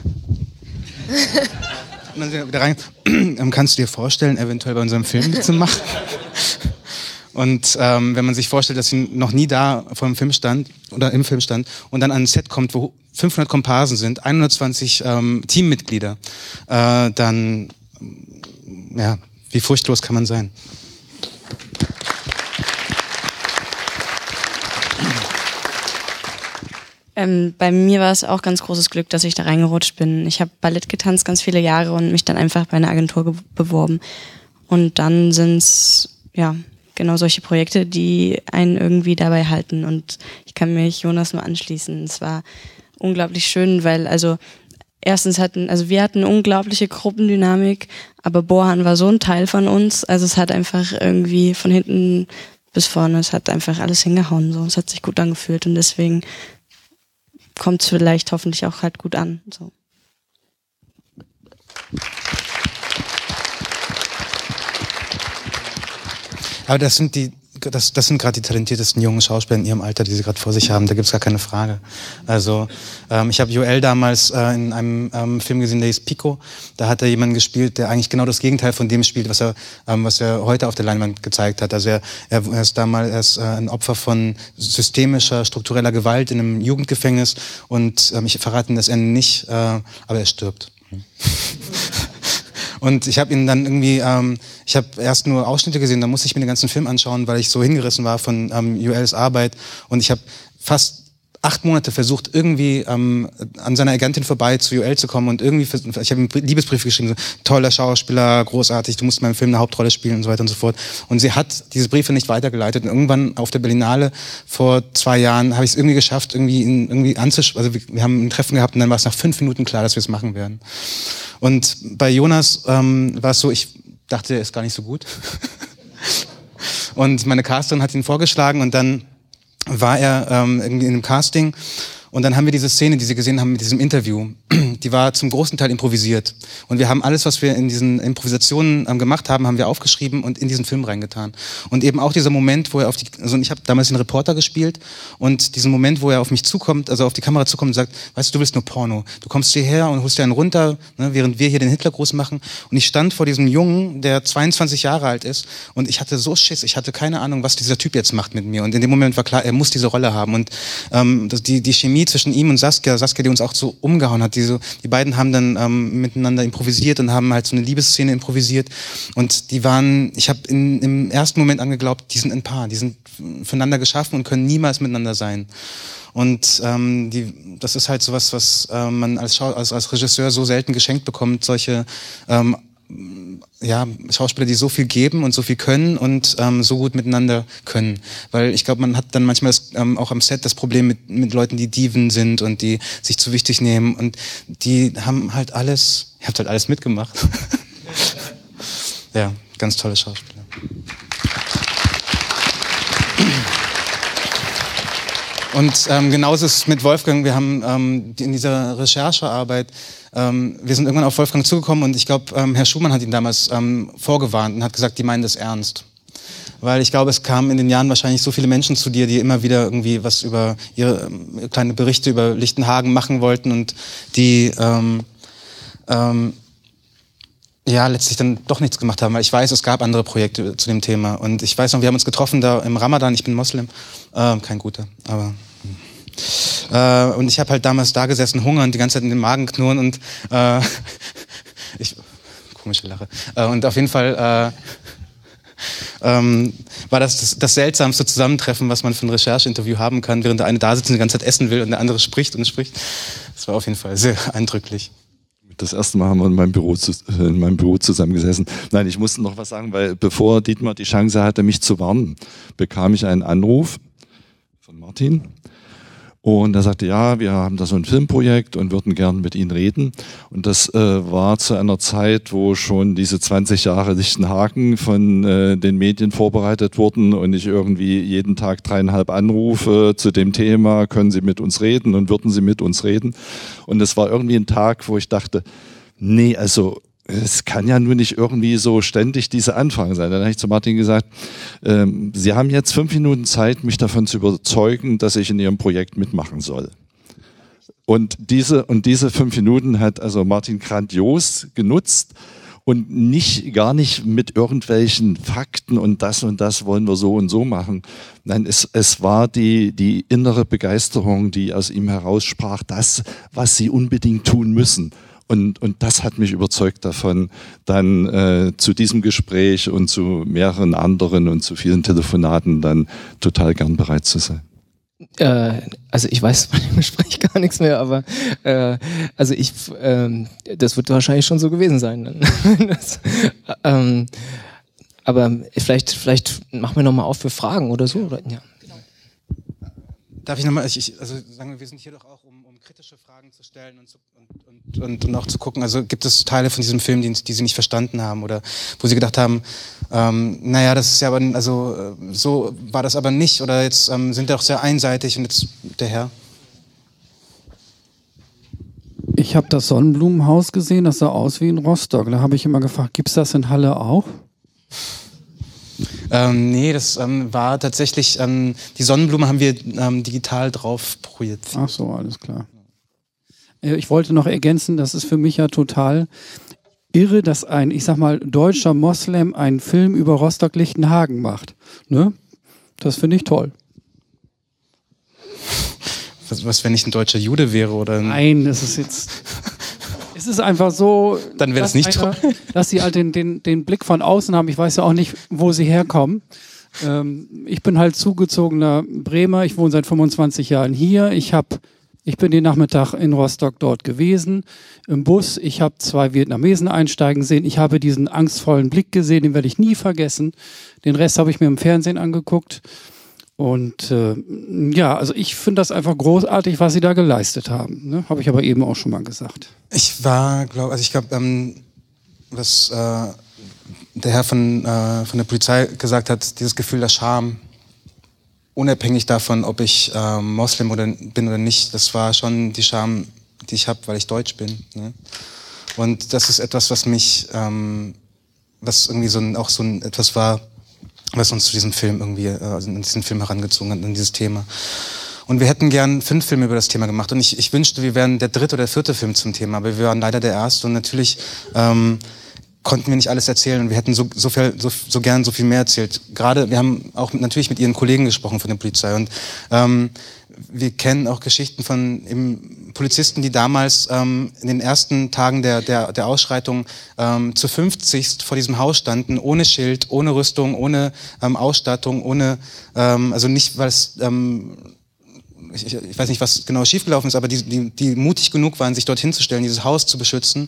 Und dann sind wir wieder rein. Kannst du dir vorstellen, eventuell bei unserem Film mitzumachen? Und wenn man sich vorstellt, dass sie noch nie da vor dem Film stand oder im Film stand und dann an ein Set kommt, wo 500 Komparsen sind, 120 Teammitglieder, dann ja, wie furchtlos kann man sein? Bei mir war es auch ganz großes Glück, dass ich da reingerutscht bin. Ich habe Ballett getanzt ganz viele Jahre und mich dann einfach bei einer Agentur beworben. Und dann sind's ja genau solche Projekte, die einen irgendwie dabei halten. Und ich kann mich Jonas nur anschließen. Es war unglaublich schön, weil erstens wir hatten eine unglaubliche Gruppendynamik, aber Bohan war so ein Teil von uns. Also es hat einfach irgendwie von hinten bis vorne, es hat einfach alles hingehauen. So. Es hat sich gut angefühlt und deswegen kommt es vielleicht hoffentlich auch halt gut an. So. Aber das sind gerade die talentiertesten jungen Schauspieler in ihrem Alter, die sie gerade vor sich haben. Da gibt's gar keine Frage. Also ich habe Joel damals in einem Film gesehen, der hieß Pico. Da hat er jemanden gespielt, der eigentlich genau das Gegenteil von dem spielt, was er heute auf der Leinwand gezeigt hat. Also er ist ein Opfer von systemischer, struktureller Gewalt in einem Jugendgefängnis und ich verrate Ihnen das Ende nicht, aber er stirbt. Und ich habe ihn dann irgendwie, ich habe erst nur Ausschnitte gesehen, dann musste ich mir den ganzen Film anschauen, weil ich so hingerissen war von Joels Arbeit. Und ich habe fast 8 Monate versucht, irgendwie an seiner Agentin vorbei zu Joel zu kommen und irgendwie, ich habe ihm Liebesbriefe geschrieben, so, toller Schauspieler, großartig, du musst in meinem Film eine Hauptrolle spielen und so weiter und so fort. Und sie hat diese Briefe nicht weitergeleitet und irgendwann auf der Berlinale vor 2 Jahren habe ich es irgendwie geschafft, ihn anzuschreiben. Also wir haben ein Treffen gehabt und dann war es nach 5 Minuten klar, dass wir es machen werden. Und bei Jonas war es so, ich dachte, er ist gar nicht so gut. Und meine Casterin hat ihn vorgeschlagen und dann war er irgendwie in einem Casting und dann haben wir diese Szene, die Sie gesehen haben mit diesem Interview, die war zum großen Teil improvisiert. Und wir haben alles, was wir in diesen Improvisationen gemacht haben, haben wir aufgeschrieben und in diesen Film reingetan. Und eben auch dieser Moment, wo er ich habe damals den Reporter gespielt und diesen Moment, wo er auf mich zukommt, also auf die Kamera zukommt und sagt, weißt du, willst nur Porno. Du kommst hierher und holst dir einen runter, ne, während wir hier den Hitlergruß machen. Und ich stand vor diesem Jungen, der 22 Jahre alt ist und ich hatte so Schiss, ich hatte keine Ahnung, was dieser Typ jetzt macht mit mir. Und in dem Moment war klar, er muss diese Rolle haben. Und die Chemie zwischen ihm und Saskia, die uns auch so umgehauen hat, die beiden haben dann miteinander improvisiert und haben halt so eine Liebesszene improvisiert und ich habe im ersten Moment angeglaubt, die sind ein Paar, die sind füreinander geschaffen und können niemals miteinander sein. Und das ist halt sowas, was man als Regisseur so selten geschenkt bekommt, solche Schauspieler, die so viel geben und so viel können und so gut miteinander können. Weil ich glaube, man hat dann manchmal auch am Set das Problem mit Leuten, die Diven sind und die sich zu wichtig nehmen und die haben halt alles, ihr habt halt alles mitgemacht. Ja, ganz tolle Schauspieler. Und genauso ist es mit Wolfgang. Wir haben in dieser Recherchearbeit, wir sind irgendwann auf Wolfgang zugekommen und ich glaube, Herr Schumann hat ihn damals vorgewarnt und hat gesagt, die meinen das ernst. Weil ich glaube, es kamen in den Jahren wahrscheinlich so viele Menschen zu dir, die immer wieder irgendwie was über ihre kleine Berichte über Lichtenhagen machen wollten und die ja, letztlich dann doch nichts gemacht haben, weil ich weiß, es gab andere Projekte zu dem Thema. Und ich weiß noch, wir haben uns getroffen da im Ramadan, ich bin Moslem, kein guter, aber... und ich habe halt damals da gesessen, hungern, die ganze Zeit in den Magen knurren und komische Lache. Und auf jeden Fall war das seltsamste Zusammentreffen, was man für ein Rechercheinterview haben kann, während der eine da sitzt und die ganze Zeit essen will und der andere spricht und spricht. Das war auf jeden Fall sehr eindrücklich. Das erste Mal haben wir in meinem Büro zusammengesessen. Nein, ich musste noch was sagen, weil bevor Dietmar die Chance hatte, mich zu warnen, bekam ich einen Anruf von Martin. Und er sagte, ja, wir haben da so ein Filmprojekt und würden gern mit Ihnen reden. Und das war zu einer Zeit, wo schon diese 20 Jahre Lichtenhagen von den Medien vorbereitet wurden und ich irgendwie jeden Tag 3,5 Anrufe zu dem Thema, können Sie mit uns reden und würden Sie mit uns reden. Und es war irgendwie ein Tag, wo ich dachte, nee, also es kann ja nur nicht irgendwie so ständig diese Anfragen sein. Dann habe ich zu Martin gesagt, Sie haben jetzt 5 Minuten Zeit, mich davon zu überzeugen, dass ich in Ihrem Projekt mitmachen soll. Und diese 5 Minuten hat also Martin grandios genutzt und gar nicht mit irgendwelchen Fakten und das wollen wir so und so machen. Nein, es war die innere Begeisterung, die aus ihm heraussprach, das, was Sie unbedingt tun müssen. Und das hat mich überzeugt davon, dann zu diesem Gespräch und zu mehreren anderen und zu vielen Telefonaten dann total gern bereit zu sein. Also ich weiß von dem Gespräch gar nichts mehr, aber das wird wahrscheinlich schon so gewesen sein. Aber vielleicht machen wir nochmal auf für Fragen oder so. Oder? Ja. Darf ich nochmal, also sagen wir sind hier doch auch, um kritische Fragen zu stellen und auch zu gucken, also gibt es Teile von diesem Film, die Sie nicht verstanden haben oder wo Sie gedacht haben, naja, das ist ja aber, also so war das aber nicht oder jetzt sind wir doch sehr einseitig und jetzt der Herr. Ich habe das Sonnenblumenhaus gesehen, das sah aus wie in Rostock. Da habe ich immer gefragt, gibt's das in Halle auch? Nee, das war tatsächlich, die Sonnenblume haben wir digital drauf projiziert. Ach so, alles klar. Ich wollte noch ergänzen, das ist für mich ja total irre, dass ein, ich sag mal, deutscher Moslem einen Film über Rostock-Lichtenhagen macht. Ne? Das finde ich toll. Was, wenn ich ein deutscher Jude wäre? Oder Nein, das ist jetzt... Es ist einfach so, dann wäre das nicht toll. Dass sie halt den Blick von außen haben. Ich weiß ja auch nicht, wo sie herkommen. Ich bin halt zugezogener Bremer. Ich wohne seit 25 Jahren hier. Ich bin den Nachmittag in Rostock dort gewesen, im Bus. Ich habe 2 Vietnamesen einsteigen sehen. Ich habe diesen angstvollen Blick gesehen, den werde ich nie vergessen. Den Rest habe ich mir im Fernsehen angeguckt. Und ja, also ich finde das einfach großartig, was sie da geleistet haben. Ne? Habe ich aber eben auch schon mal gesagt. Ich glaube, was der Herr von der Polizei gesagt hat, dieses Gefühl der Scham, unabhängig davon, ob ich Moslem bin oder nicht, das war schon die Scham, die ich habe, weil ich deutsch bin. Ne? Und das ist etwas, was mich, was irgendwie etwas war, was uns zu diesem Film irgendwie, in diesen Film herangezogen hat, in dieses Thema. Und wir hätten gern 5 Filme über das Thema gemacht. Und ich wünschte, wir wären der 3. oder 4. Film zum Thema, aber wir waren leider der erste. Und natürlich konnten wir nicht alles erzählen. Und wir hätten so gern so viel mehr erzählt. Gerade, wir haben auch natürlich mit Ihren Kollegen gesprochen von der Polizei. Und wir kennen auch Geschichten von Polizisten, die damals in den ersten Tagen der Ausschreitung zu 50 vor diesem Haus standen, ohne Schild, ohne Rüstung, ohne Ausstattung, ohne, also nicht, weil es, ich weiß nicht, was genau schiefgelaufen ist, aber die mutig genug waren, sich dorthin zu stellen, dieses Haus zu beschützen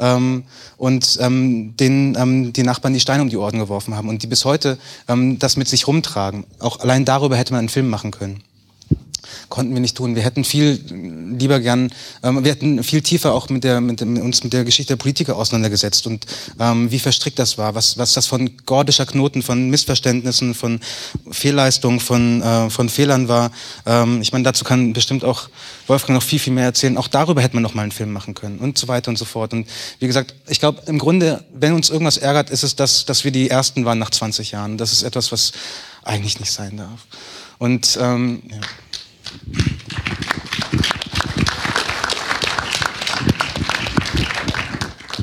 und die Nachbarn die Steine um die Ohren geworfen haben und die bis heute das mit sich rumtragen. Auch allein darüber hätte man einen Film machen können. Konnten wir nicht tun. Wir hätten viel lieber gern, wir hätten viel tiefer auch uns mit der Geschichte der Politiker auseinandergesetzt und wie verstrickt das war, was das von gordischer Knoten, von Missverständnissen, von Fehlleistungen, von Fehlern war. Ich meine, dazu kann bestimmt auch Wolfgang noch viel, viel mehr erzählen. Auch darüber hätte man noch mal einen Film machen können und so weiter und so fort. Und wie gesagt, ich glaube, im Grunde, wenn uns irgendwas ärgert, ist es, dass wir die Ersten waren nach 20 Jahren. Das ist etwas, was eigentlich nicht sein darf. Und ja.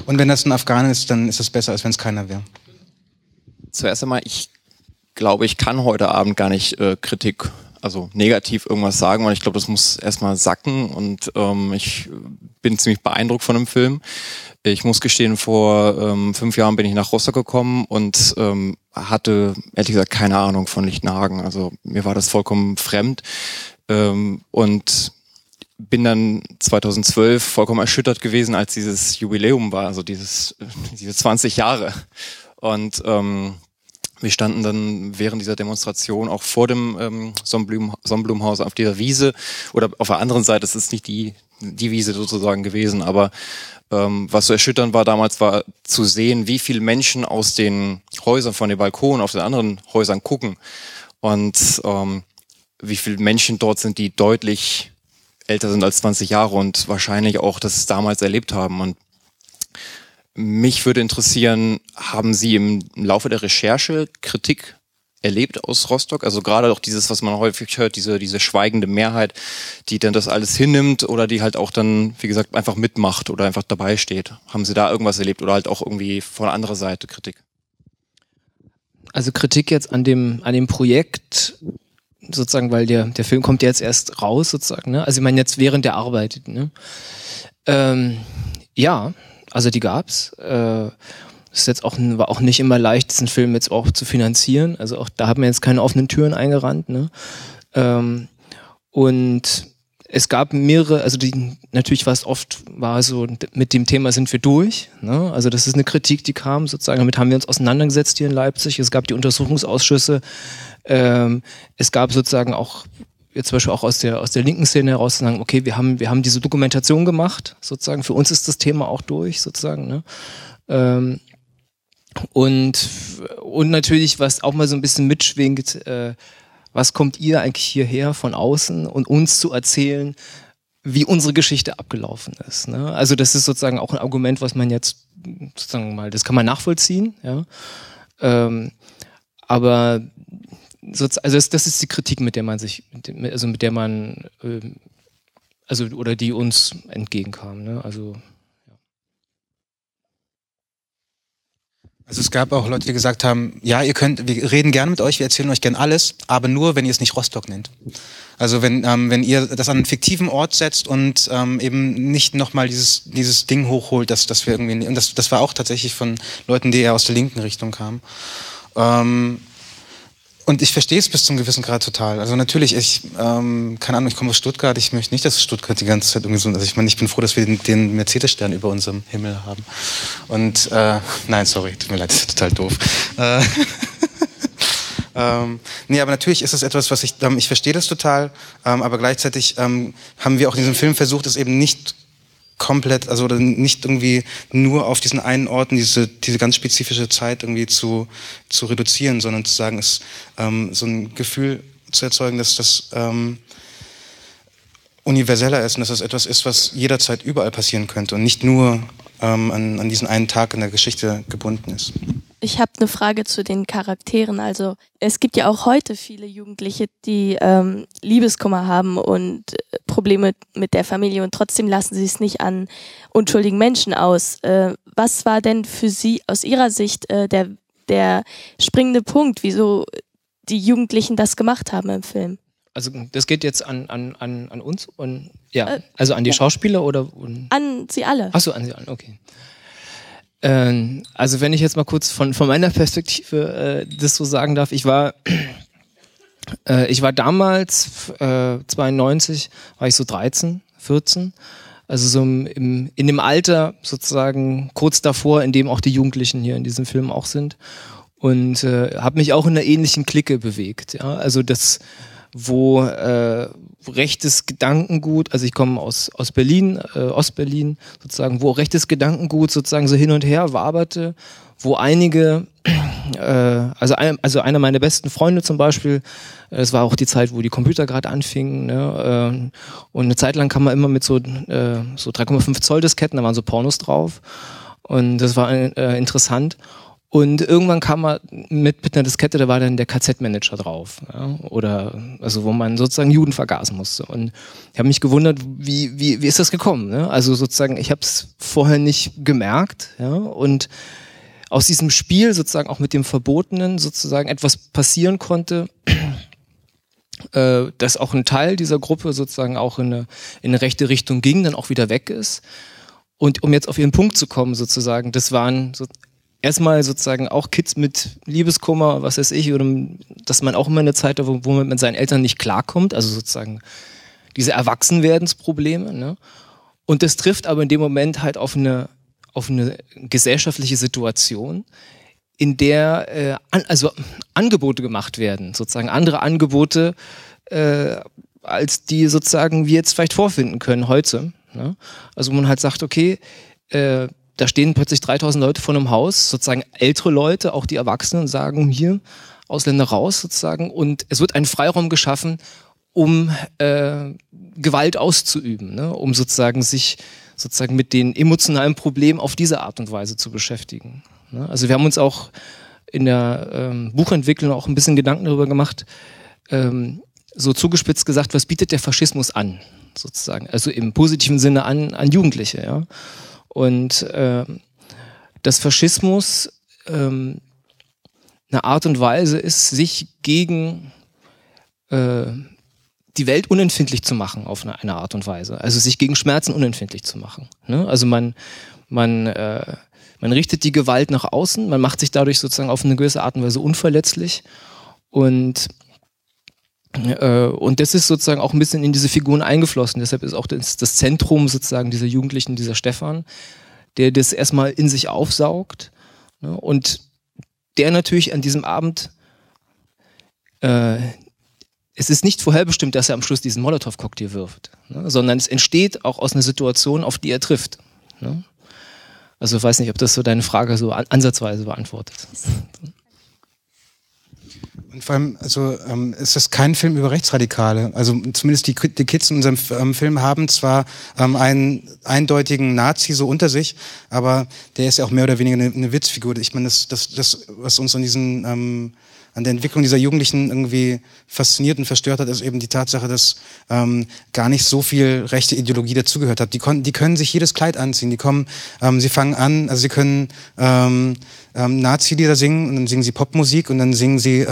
Und wenn das ein Afghaner ist, dann ist es besser, als wenn es keiner wäre. Zuerst einmal, ich glaube, ich kann heute Abend gar nicht Kritik, also negativ irgendwas sagen, weil ich glaube, das muss erstmal sacken und ich bin ziemlich beeindruckt von dem Film. Ich muss gestehen, vor 5 Jahren bin ich nach Rostock gekommen und hatte ehrlich gesagt keine Ahnung von Lichtenhagen. Also mir war das vollkommen fremd und bin dann 2012 vollkommen erschüttert gewesen, als dieses Jubiläum war, also diese 20 Jahre. Und wir standen dann während dieser Demonstration auch vor dem Sonnenblumenhaus auf dieser Wiese oder auf der anderen Seite, es ist nicht die Wiese sozusagen gewesen, aber was so erschütternd war damals, war zu sehen, wie viele Menschen aus den Häusern von den Balkonen auf den anderen Häusern gucken und wie viele Menschen dort sind, die deutlich älter sind als 20 Jahre und wahrscheinlich auch das damals erlebt haben. Und mich würde interessieren, haben Sie im Laufe der Recherche Kritik erlebt aus Rostock? Also gerade auch dieses, was man häufig hört, diese schweigende Mehrheit, die dann das alles hinnimmt oder die halt auch dann, wie gesagt, einfach mitmacht oder einfach dabei steht. Haben Sie da irgendwas erlebt oder halt auch irgendwie von der anderen Seite Kritik? Also Kritik jetzt an dem Projekt, sozusagen, weil der Film kommt jetzt erst raus, sozusagen, ne? Also ich meine jetzt während der Arbeit, ne? Ja, also die gab's. Ist jetzt war auch nicht immer leicht, diesen Film jetzt auch zu finanzieren. Also auch da haben wir jetzt keine offenen Türen eingerannt, ne? Und es gab mehrere, also natürlich war so, mit dem Thema sind wir durch, ne? Also das ist eine Kritik, die kam sozusagen, damit haben wir uns auseinandergesetzt hier in Leipzig. Es gab die Untersuchungsausschüsse. Es gab sozusagen auch, jetzt zum Beispiel auch aus der linken Szene heraus zu sagen, okay, wir haben diese Dokumentation gemacht, sozusagen, für uns ist das Thema auch durch, sozusagen, ne? Und natürlich, was auch mal so ein bisschen mitschwingt, was kommt ihr eigentlich hierher von außen und uns zu erzählen, wie unsere Geschichte abgelaufen ist, ne? Also das ist sozusagen auch ein Argument, was man jetzt sozusagen mal, das kann man nachvollziehen, ja. Aber also das ist die Kritik, mit der man oder die uns entgegenkam, ne? Also es gab auch Leute, die gesagt haben, ja, wir reden gerne mit euch, wir erzählen euch gerne alles, aber nur, wenn ihr es nicht Rostock nennt. Also wenn ihr das an einen fiktiven Ort setzt und eben nicht nochmal dieses Ding hochholt, dass wir irgendwie, und das war auch tatsächlich von Leuten, die eher aus der linken Richtung kamen. Und ich verstehe es bis zum gewissen Grad total. Also natürlich, keine Ahnung, ich komme aus Stuttgart, ich möchte nicht, dass Stuttgart die ganze Zeit irgendwie so, also ich meine, ich bin froh, dass wir den Mercedes-Stern über unserem Himmel haben. Und, nein, sorry, tut mir leid, das ist total doof. Nee, aber natürlich ist es etwas, was ich verstehe das total, aber gleichzeitig haben wir auch in diesem Film versucht, es eben nicht komplett, also nicht irgendwie nur auf diesen einen Ort, diese ganz spezifische Zeit irgendwie zu reduzieren, sondern zu sagen, so ein Gefühl zu erzeugen, dass das universeller ist und dass das etwas ist, was jederzeit überall passieren könnte und nicht nur an diesen einen Tag in der Geschichte gebunden ist. Ich habe eine Frage zu den Charakteren. Also es gibt ja auch heute viele Jugendliche, die Liebeskummer haben und Probleme mit der Familie und trotzdem lassen sie es nicht an unschuldigen Menschen aus. Was war denn für Sie aus Ihrer Sicht der springende Punkt, wieso die Jugendlichen das gemacht haben im Film? Also das geht jetzt an uns und ja, also an die Schauspieler oder? An Sie alle. Ach so, an Sie alle, okay. Also wenn ich jetzt mal kurz von meiner Perspektive das so sagen darf, ich war damals 92, war ich so 13, 14, also so in dem Alter sozusagen kurz davor, in dem auch die Jugendlichen hier in diesem Film auch sind und habe mich auch in einer ähnlichen Clique bewegt, ja, also das wo rechtes Gedankengut, also ich komme aus Berlin, Ostberlin sozusagen, wo rechtes Gedankengut sozusagen so hin und her waberte, wo einige, also einer meiner besten Freunde zum Beispiel, es war auch die Zeit, wo die Computer gerade anfingen, ne, und eine Zeit lang kam man immer mit so 3,5 Zoll Disketten, da waren so Pornos drauf und das war interessant. Und irgendwann kam er mit einer Diskette, da war dann der KZ-Manager drauf. Ja? Oder, also wo man sozusagen Juden vergasen musste. Und ich habe mich gewundert, wie ist das gekommen? Ne? Also sozusagen, ich habe es vorher nicht gemerkt. Ja? Und aus diesem Spiel sozusagen auch mit dem Verbotenen sozusagen etwas passieren konnte, dass auch ein Teil dieser Gruppe sozusagen auch in eine rechte Richtung ging, dann auch wieder weg ist. Und um jetzt auf Ihren Punkt zu kommen sozusagen, das waren erstmal sozusagen auch Kids mit Liebeskummer, was weiß ich, oder dass man auch immer eine Zeit hat, wo man mit seinen Eltern nicht klarkommt, also sozusagen diese Erwachsenwerdensprobleme. Ne? Und das trifft aber in dem Moment halt auf eine gesellschaftliche Situation, in der also Angebote gemacht werden, sozusagen andere Angebote, als die sozusagen wir jetzt vielleicht vorfinden können heute. Ne? Also wo man halt sagt, okay, da stehen plötzlich 3000 Leute vor einem Haus, sozusagen ältere Leute, auch die Erwachsenen, sagen hier, Ausländer raus sozusagen, und es wird ein Freiraum geschaffen, um Gewalt auszuüben, ne? Um sozusagen sich sozusagen mit den emotionalen Problemen auf diese Art und Weise zu beschäftigen. Ne? Also wir haben uns auch in der Buchentwicklung auch ein bisschen Gedanken darüber gemacht, so zugespitzt gesagt, was bietet der Faschismus an, sozusagen, also im positiven Sinne an Jugendliche, ja. Und dass Faschismus eine Art und Weise ist, sich gegen die Welt unempfindlich zu machen auf eine Art und Weise. Also sich gegen Schmerzen unempfindlich zu machen. Ne? Also man richtet die Gewalt nach außen, man macht sich dadurch sozusagen auf eine gewisse Art und Weise unverletzlich. Und das ist sozusagen auch ein bisschen in diese Figuren eingeflossen. Deshalb ist auch das Zentrum sozusagen dieser Jugendlichen, dieser Stefan, der das erstmal in sich aufsaugt, ne? Und der natürlich an diesem Abend, es ist nicht vorherbestimmt, dass er am Schluss diesen Molotow-Cocktail wirft, ne? Sondern es entsteht auch aus einer Situation, auf die er trifft. Ne? Also ich weiß nicht, ob das so deine Frage so ansatzweise beantwortet. Und vor allem, also ist das kein Film über Rechtsradikale. Also zumindest die Kids in unserem Film haben zwar einen eindeutigen Nazi so unter sich, aber der ist ja auch mehr oder weniger eine Witzfigur. Ich meine, das was uns an der Entwicklung dieser Jugendlichen irgendwie fasziniert und verstört hat, ist eben die Tatsache, dass gar nicht so viel rechte Ideologie dazugehört hat. Die können sich jedes Kleid anziehen. Sie fangen an, also sie können Nazi-Lieder singen und dann singen sie Popmusik und dann singen sie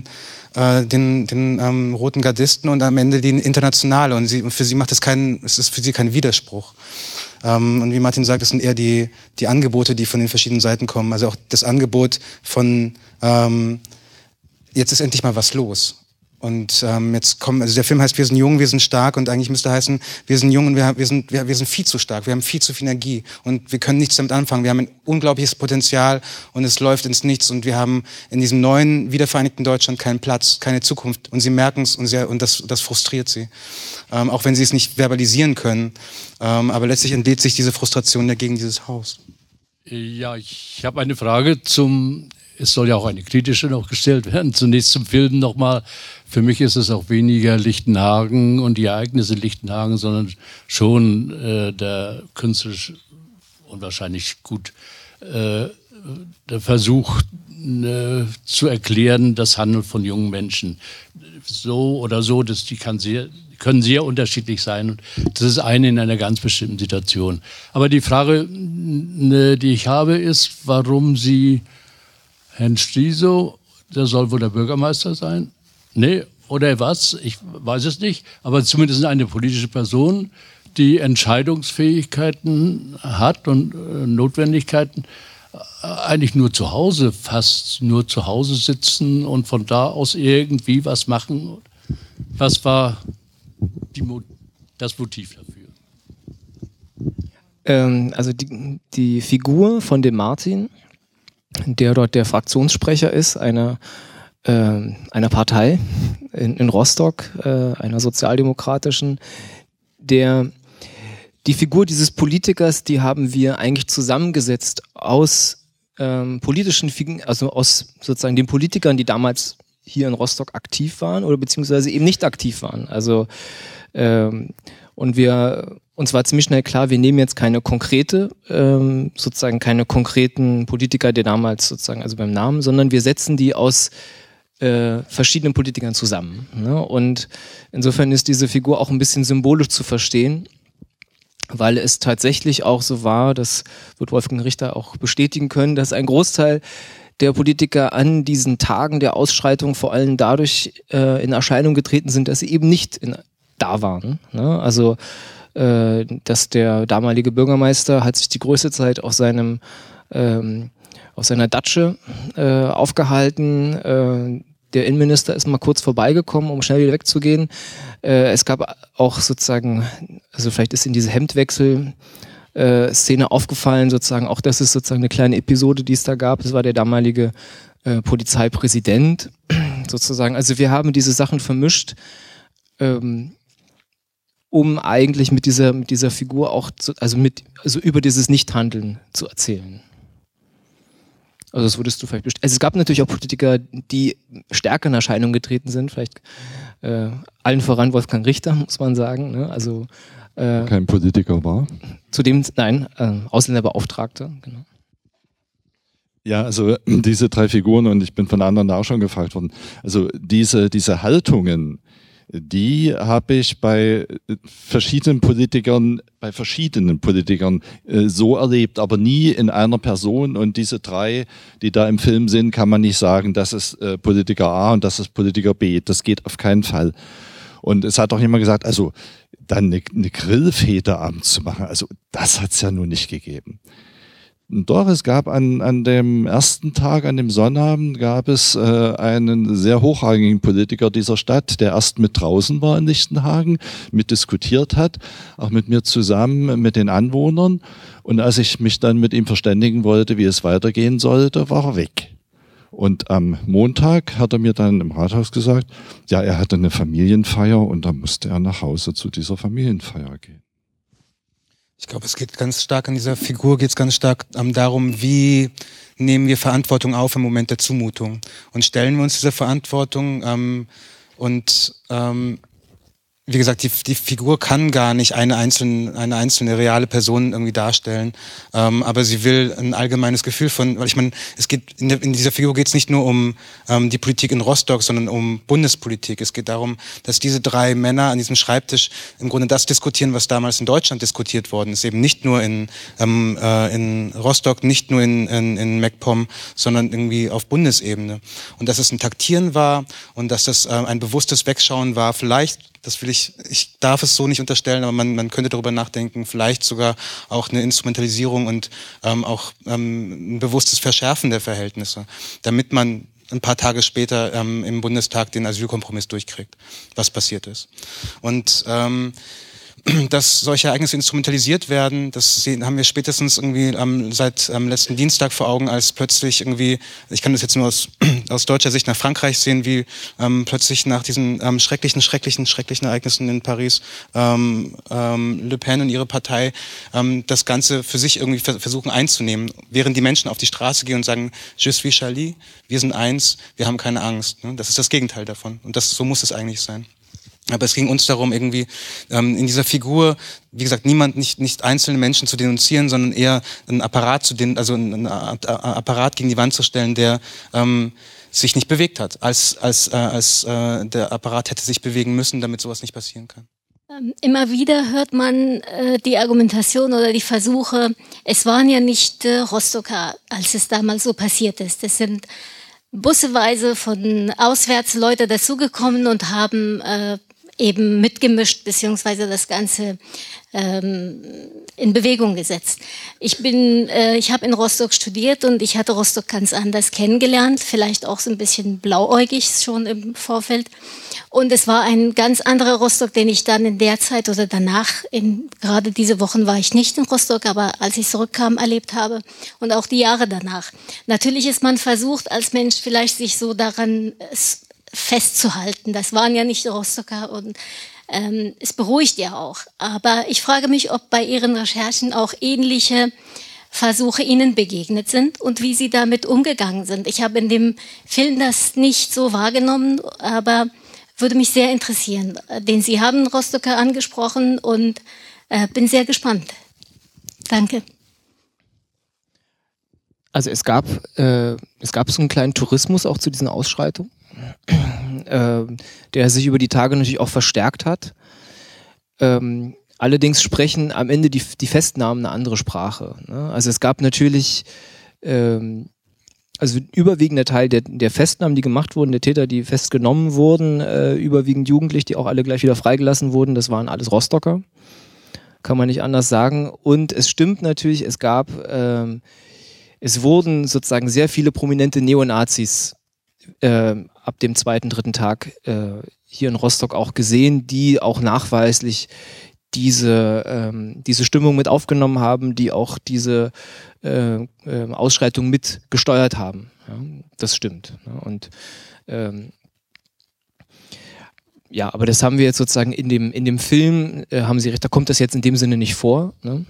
den roten Gardisten und am Ende die Internationale. Und für sie es ist für sie kein Widerspruch. Und wie Martin sagt, das sind eher die Angebote, die von den verschiedenen Seiten kommen. Also auch das Angebot von jetzt ist endlich mal was los. Und also der Film heißt Wir sind jung, wir sind stark, und eigentlich müsste heißen, wir sind jung und wir sind viel zu stark, wir haben viel zu viel Energie und wir können nichts damit anfangen. Wir haben ein unglaubliches Potenzial und es läuft ins Nichts und wir haben in diesem neuen, wiedervereinigten Deutschland keinen Platz, keine Zukunft, und sie merken es und das frustriert sie. Auch wenn sie es nicht verbalisieren können. Aber letztlich entlädt sich diese Frustration ja gegen dieses Haus. Ja, ich habe eine Frage es soll ja auch eine kritische noch gestellt werden. Zunächst zum Film nochmal. Für mich ist es auch weniger Lichtenhagen und die Ereignisse in Lichtenhagen, sondern schon der künstlerisch und wahrscheinlich gut der Versuch zu erklären, das Handeln von jungen Menschen. So oder so, die können sehr unterschiedlich sein. Und das ist eine in einer ganz bestimmten Situation. Aber die Frage, die ich habe, ist, warum Sie Herrn Striso, der soll wohl der Bürgermeister sein? Nee, oder was? Ich weiß es nicht. Aber zumindest eine politische Person, die Entscheidungsfähigkeiten hat und Notwendigkeiten, eigentlich fast nur zu Hause sitzen und von da aus irgendwie was machen. Was war das Motiv dafür? Also die Figur von dem Martin, der dort der Fraktionssprecher ist, einer Partei in Rostock, einer sozialdemokratischen, die Figur dieses Politikers, die haben wir eigentlich zusammengesetzt aus politischen Figuren, also aus sozusagen den Politikern, die damals hier in Rostock aktiv waren oder beziehungsweise eben nicht aktiv waren. Also und wir uns war ziemlich schnell klar, wir nehmen jetzt keine konkreten Politiker, der damals sozusagen, also beim Namen, sondern wir setzen die aus verschiedenen Politikern zusammen. Ne? Und insofern ist diese Figur auch ein bisschen symbolisch zu verstehen, weil es tatsächlich auch so war, das wird Wolfgang Richter auch bestätigen können, dass ein Großteil der Politiker an diesen Tagen der Ausschreitung vor allem dadurch in Erscheinung getreten sind, dass sie eben nicht da waren. Ne? Also dass der damalige Bürgermeister hat sich die größte Zeit auf seiner Datsche aufgehalten. Der Innenminister ist mal kurz vorbeigekommen, um schnell wieder wegzugehen. Es gab auch sozusagen, also vielleicht ist in diese Hemdwechsel-Szene aufgefallen, sozusagen, auch das ist sozusagen eine kleine Episode, die es da gab. Das war der damalige Polizeipräsident, sozusagen. Also wir haben diese Sachen vermischt, um eigentlich mit dieser Figur auch also über dieses Nichthandeln zu erzählen. Also das würdest du vielleicht also es gab natürlich auch Politiker, die stärker in Erscheinung getreten sind, vielleicht allen voran Wolfgang Richter, muss man sagen. Ne? Also kein Politiker war? Ausländerbeauftragter, genau. Ja, also diese 3 Figuren, und ich bin von anderen auch schon gefragt worden, also diese Haltungen, die habe ich bei verschiedenen Politikern so erlebt, aber nie in einer Person. Und diese 3, die da im Film sind, kann man nicht sagen, das ist Politiker A und das ist Politiker B. Das geht auf keinen Fall. Und es hat auch jemand gesagt, also dann eine Grillfete-Abend zu machen, also das hat es ja nun nicht gegeben. Doch, es gab an dem ersten Tag, an dem Sonnabend, gab es einen sehr hochrangigen Politiker dieser Stadt, der erst mit draußen war in Lichtenhagen, mit diskutiert hat, auch mit mir zusammen, mit den Anwohnern. Und als ich mich dann mit ihm verständigen wollte, wie es weitergehen sollte, war er weg. Und am Montag hat er mir dann im Rathaus gesagt, ja, er hatte eine Familienfeier und da musste er nach Hause zu dieser Familienfeier gehen. Ich glaube, es geht ganz stark an dieser Figur, geht es ganz stark darum, wie nehmen wir Verantwortung auf im Moment der Zumutung und stellen wir uns dieser Verantwortung wie gesagt, die Figur kann gar nicht eine einzelne reale Person irgendwie darstellen, aber sie will ein allgemeines Gefühl weil ich meine, es geht in dieser Figur geht es nicht nur um die Politik in Rostock, sondern um Bundespolitik. Es geht darum, dass diese 3 Männer an diesem Schreibtisch im Grunde das diskutieren, was damals in Deutschland diskutiert worden ist, eben nicht nur in Rostock, nicht nur in MacPom, sondern irgendwie auf Bundesebene. Und dass es ein Taktieren war und dass das ein bewusstes Wegschauen war, vielleicht, ich darf es so nicht unterstellen, aber man könnte darüber nachdenken, vielleicht sogar auch eine Instrumentalisierung und auch ein bewusstes Verschärfen der Verhältnisse, damit man ein paar Tage später im Bundestag den Asylkompromiss durchkriegt, was passiert ist. Und dass solche Ereignisse instrumentalisiert werden, das haben wir spätestens irgendwie seit letzten Dienstag vor Augen, als plötzlich irgendwie, ich kann das jetzt nur aus deutscher Sicht nach Frankreich sehen, wie plötzlich nach diesen schrecklichen Ereignissen in Paris Le Pen und ihre Partei das Ganze für sich irgendwie versuchen einzunehmen, während die Menschen auf die Straße gehen und sagen, Je suis Charlie, wir sind eins, wir haben keine Angst. Das ist das Gegenteil davon und so muss es eigentlich sein. Aber es ging uns darum, irgendwie in dieser Figur, wie gesagt, nicht einzelne Menschen zu denunzieren, sondern eher einen Apparat einen Apparat gegen die Wand zu stellen, der sich nicht bewegt hat, als der Apparat hätte sich bewegen müssen, damit sowas nicht passieren kann. Immer wieder hört man die Argumentation oder die Versuche, es waren ja nicht Rostocker, als es damals so passiert ist. Es sind busseweise von auswärts Leute dazugekommen und haben eben mitgemischt, beziehungsweise das Ganze in Bewegung gesetzt. Ich habe in Rostock studiert und ich hatte Rostock ganz anders kennengelernt, vielleicht auch so ein bisschen blauäugig schon im Vorfeld. Und es war ein ganz anderer Rostock, den ich dann in der Zeit oder danach, gerade diese Wochen war ich nicht in Rostock, aber als ich zurückkam, erlebt habe und auch die Jahre danach. Natürlich ist man versucht, als Mensch vielleicht sich so daran festzuhalten. Das waren ja nicht Rostocker und es beruhigt ja auch. Aber ich frage mich, ob bei Ihren Recherchen auch ähnliche Versuche Ihnen begegnet sind und wie Sie damit umgegangen sind. Ich habe in dem Film das nicht so wahrgenommen, aber würde mich sehr interessieren. Denn Sie haben Rostocker angesprochen und Bin sehr gespannt. Danke. Also es gab so einen kleinen Tourismus auch zu diesen Ausschreitungen, der sich über die Tage natürlich auch verstärkt hat. Allerdings sprechen am Ende die Festnahmen eine andere Sprache. Ne? Also es gab natürlich also überwiegender Teil der Festnahmen, die gemacht wurden, der Täter, die festgenommen wurden, überwiegend Jugendliche, die auch alle gleich wieder freigelassen wurden, das waren alles Rostocker. Kann man nicht anders sagen. Und es stimmt natürlich, es wurden sozusagen sehr viele prominente Neonazis ab dem 2., 3. Tag hier in Rostock auch gesehen, die auch nachweislich diese Stimmung mit aufgenommen haben, die auch diese Ausschreitung mit gesteuert haben. Ja, das stimmt. Und ja, aber das haben wir jetzt sozusagen in dem Film, haben Sie recht, da kommt das jetzt in dem Sinne nicht vor. Ne?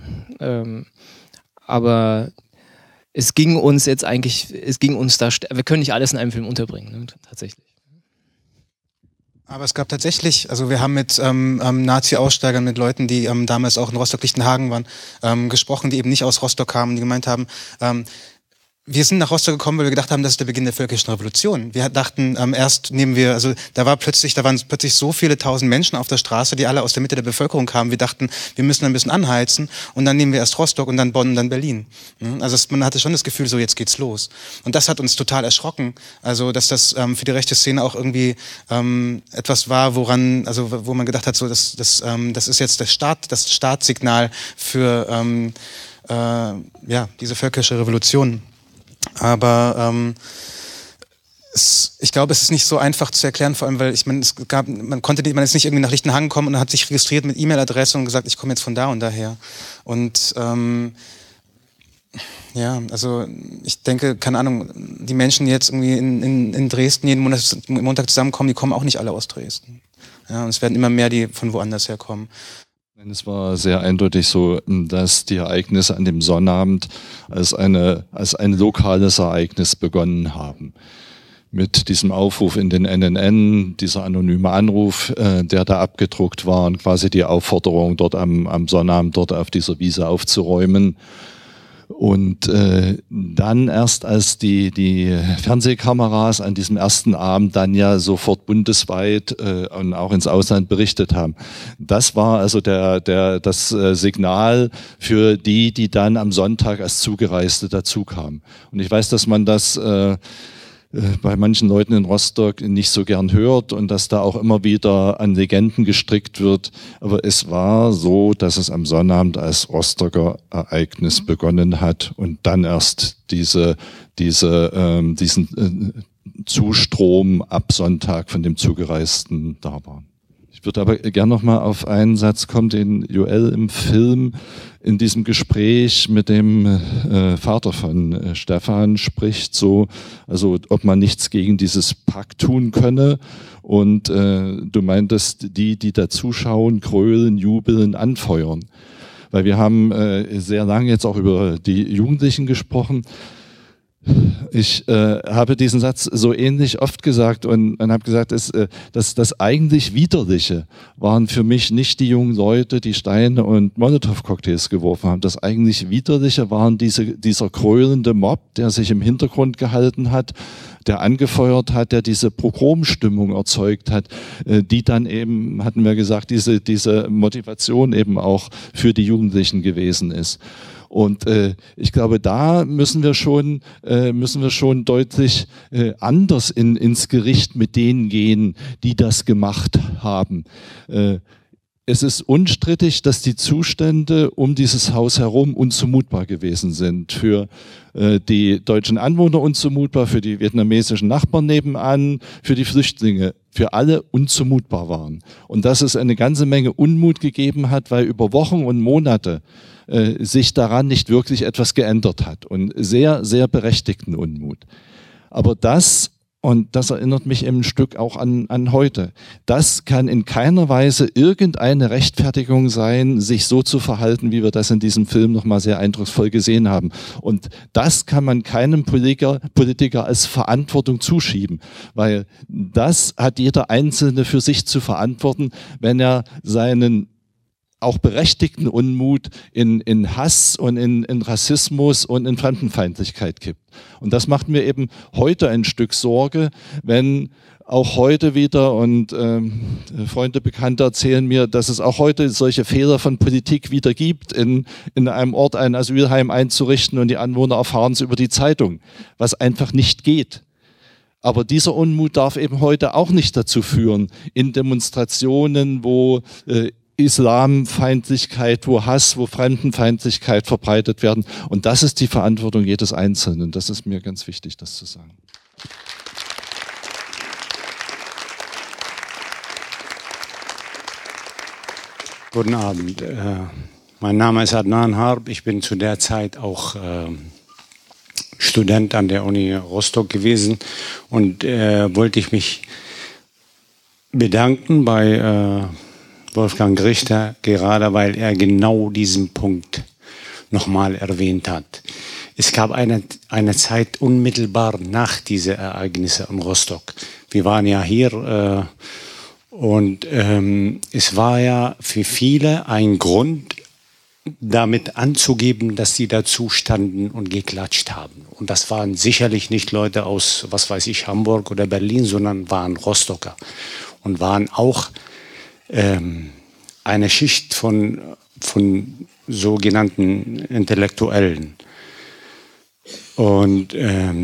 Aber es ging uns da, wir können nicht alles in einem Film unterbringen, ne? Tatsächlich. Aber es gab tatsächlich, also wir haben mit Nazi-Aussteigern, mit Leuten, die damals auch in Rostock-Lichtenhagen waren, gesprochen, die eben nicht aus Rostock kamen, die gemeint haben, wir sind nach Rostock gekommen, weil wir gedacht haben, das ist der Beginn der Völkischen Revolution. Wir dachten, da waren plötzlich so viele tausend Menschen auf der Straße, die alle aus der Mitte der Bevölkerung kamen. Wir dachten, wir müssen ein bisschen anheizen und dann nehmen wir erst Rostock und dann Bonn und dann Berlin. Also man hatte schon das Gefühl, so jetzt geht's los. Und das hat uns total erschrocken. Also dass das für die rechte Szene auch irgendwie etwas war, wo man gedacht hat, so das ist jetzt das Startsignal für diese Völkische Revolution. Aber ich glaube, es ist nicht so einfach zu erklären, vor allem, weil man ist nicht irgendwie nach Lichtenhagen gekommen und hat sich registriert mit E-Mail-Adresse und gesagt, ich komme jetzt von da und daher. Und also ich denke, keine Ahnung, die Menschen, die jetzt irgendwie in Dresden jeden Montag zusammenkommen, die kommen auch nicht alle aus Dresden. Ja, und es werden immer mehr, die von woanders herkommen. Es war sehr eindeutig so, dass die Ereignisse an dem Sonnabend als ein lokales Ereignis begonnen haben. Mit diesem Aufruf in den NNN, dieser anonyme Anruf, der da abgedruckt war und quasi die Aufforderung, dort am Sonnabend dort auf dieser Wiese aufzuräumen. Und dann erst, als die Fernsehkameras an diesem ersten Abend dann ja sofort bundesweit und auch ins Ausland berichtet haben. Das war also das Signal für die dann am Sonntag als Zugereiste dazukamen. Und ich weiß, dass man das bei manchen Leuten in Rostock nicht so gern hört und dass da auch immer wieder an Legenden gestrickt wird. Aber es war so, dass es am Sonnabend als Rostocker Ereignis begonnen hat und dann erst diesen Zustrom ab Sonntag von dem Zugereisten da war. Ich würde aber gerne noch mal auf einen Satz kommen, den Joel im Film in diesem Gespräch mit dem Vater von Stefan spricht, also ob man nichts gegen dieses Pack tun könne. Und du meintest, die da zuschauen, grölen, jubeln, anfeuern. Weil wir haben sehr lange jetzt auch über die Jugendlichen gesprochen. Ich habe diesen Satz so ähnlich oft gesagt und habe gesagt, dass das eigentlich Widerliche waren für mich nicht die jungen Leute, die Steine und Molotow-Cocktails geworfen haben. Das eigentlich Widerliche waren dieser gröhlende Mob, der sich im Hintergrund gehalten hat, der angefeuert hat, der diese Pogromstimmung erzeugt hat, die dann eben, hatten wir gesagt, diese Motivation eben auch für die Jugendlichen gewesen ist. Und ich glaube, da müssen wir schon deutlich anders ins Gericht mit denen gehen, die das gemacht haben. Es ist unstrittig, dass die Zustände um dieses Haus herum unzumutbar gewesen sind. Für die deutschen Anwohner unzumutbar, für die vietnamesischen Nachbarn nebenan, für die Flüchtlinge, für alle unzumutbar waren. Und dass es eine ganze Menge Unmut gegeben hat, weil über Wochen und Monate sich daran nicht wirklich etwas geändert hat und sehr, sehr berechtigten Unmut. Aber das erinnert mich eben ein Stück auch an heute, das kann in keiner Weise irgendeine Rechtfertigung sein, sich so zu verhalten, wie wir das in diesem Film nochmal sehr eindrucksvoll gesehen haben. Und das kann man keinem Politiker als Verantwortung zuschieben, weil das hat jeder Einzelne für sich zu verantworten, wenn er seinen auch berechtigten Unmut in Hass und in Rassismus und in Fremdenfeindlichkeit kippt. Und das macht mir eben heute ein Stück Sorge, wenn auch heute wieder, und Freunde, Bekannte erzählen mir, dass es auch heute solche Fehler von Politik wieder gibt, in einem Ort ein Asylheim einzurichten und die Anwohner erfahren es über die Zeitung, was einfach nicht geht. Aber dieser Unmut darf eben heute auch nicht dazu führen, in Demonstrationen, wo Islamfeindlichkeit, wo Hass, wo Fremdenfeindlichkeit verbreitet werden. Und das ist die Verantwortung jedes Einzelnen. Das ist mir ganz wichtig, das zu sagen. Guten Abend. Mein Name ist Adnan Harb. Ich bin zu der Zeit auch Student an der Uni Rostock gewesen und wollte ich mich bedanken bei Wolfgang Richter, gerade weil er genau diesen Punkt nochmal erwähnt hat. Es gab eine Zeit unmittelbar nach diesen Ereignissen in Rostock. Wir waren ja hier und es war ja für viele ein Grund, damit anzugeben, dass sie dazu standen und geklatscht haben. Und das waren sicherlich nicht Leute aus, was weiß ich, Hamburg oder Berlin, sondern waren Rostocker und waren auch eine Schicht von sogenannten Intellektuellen. Und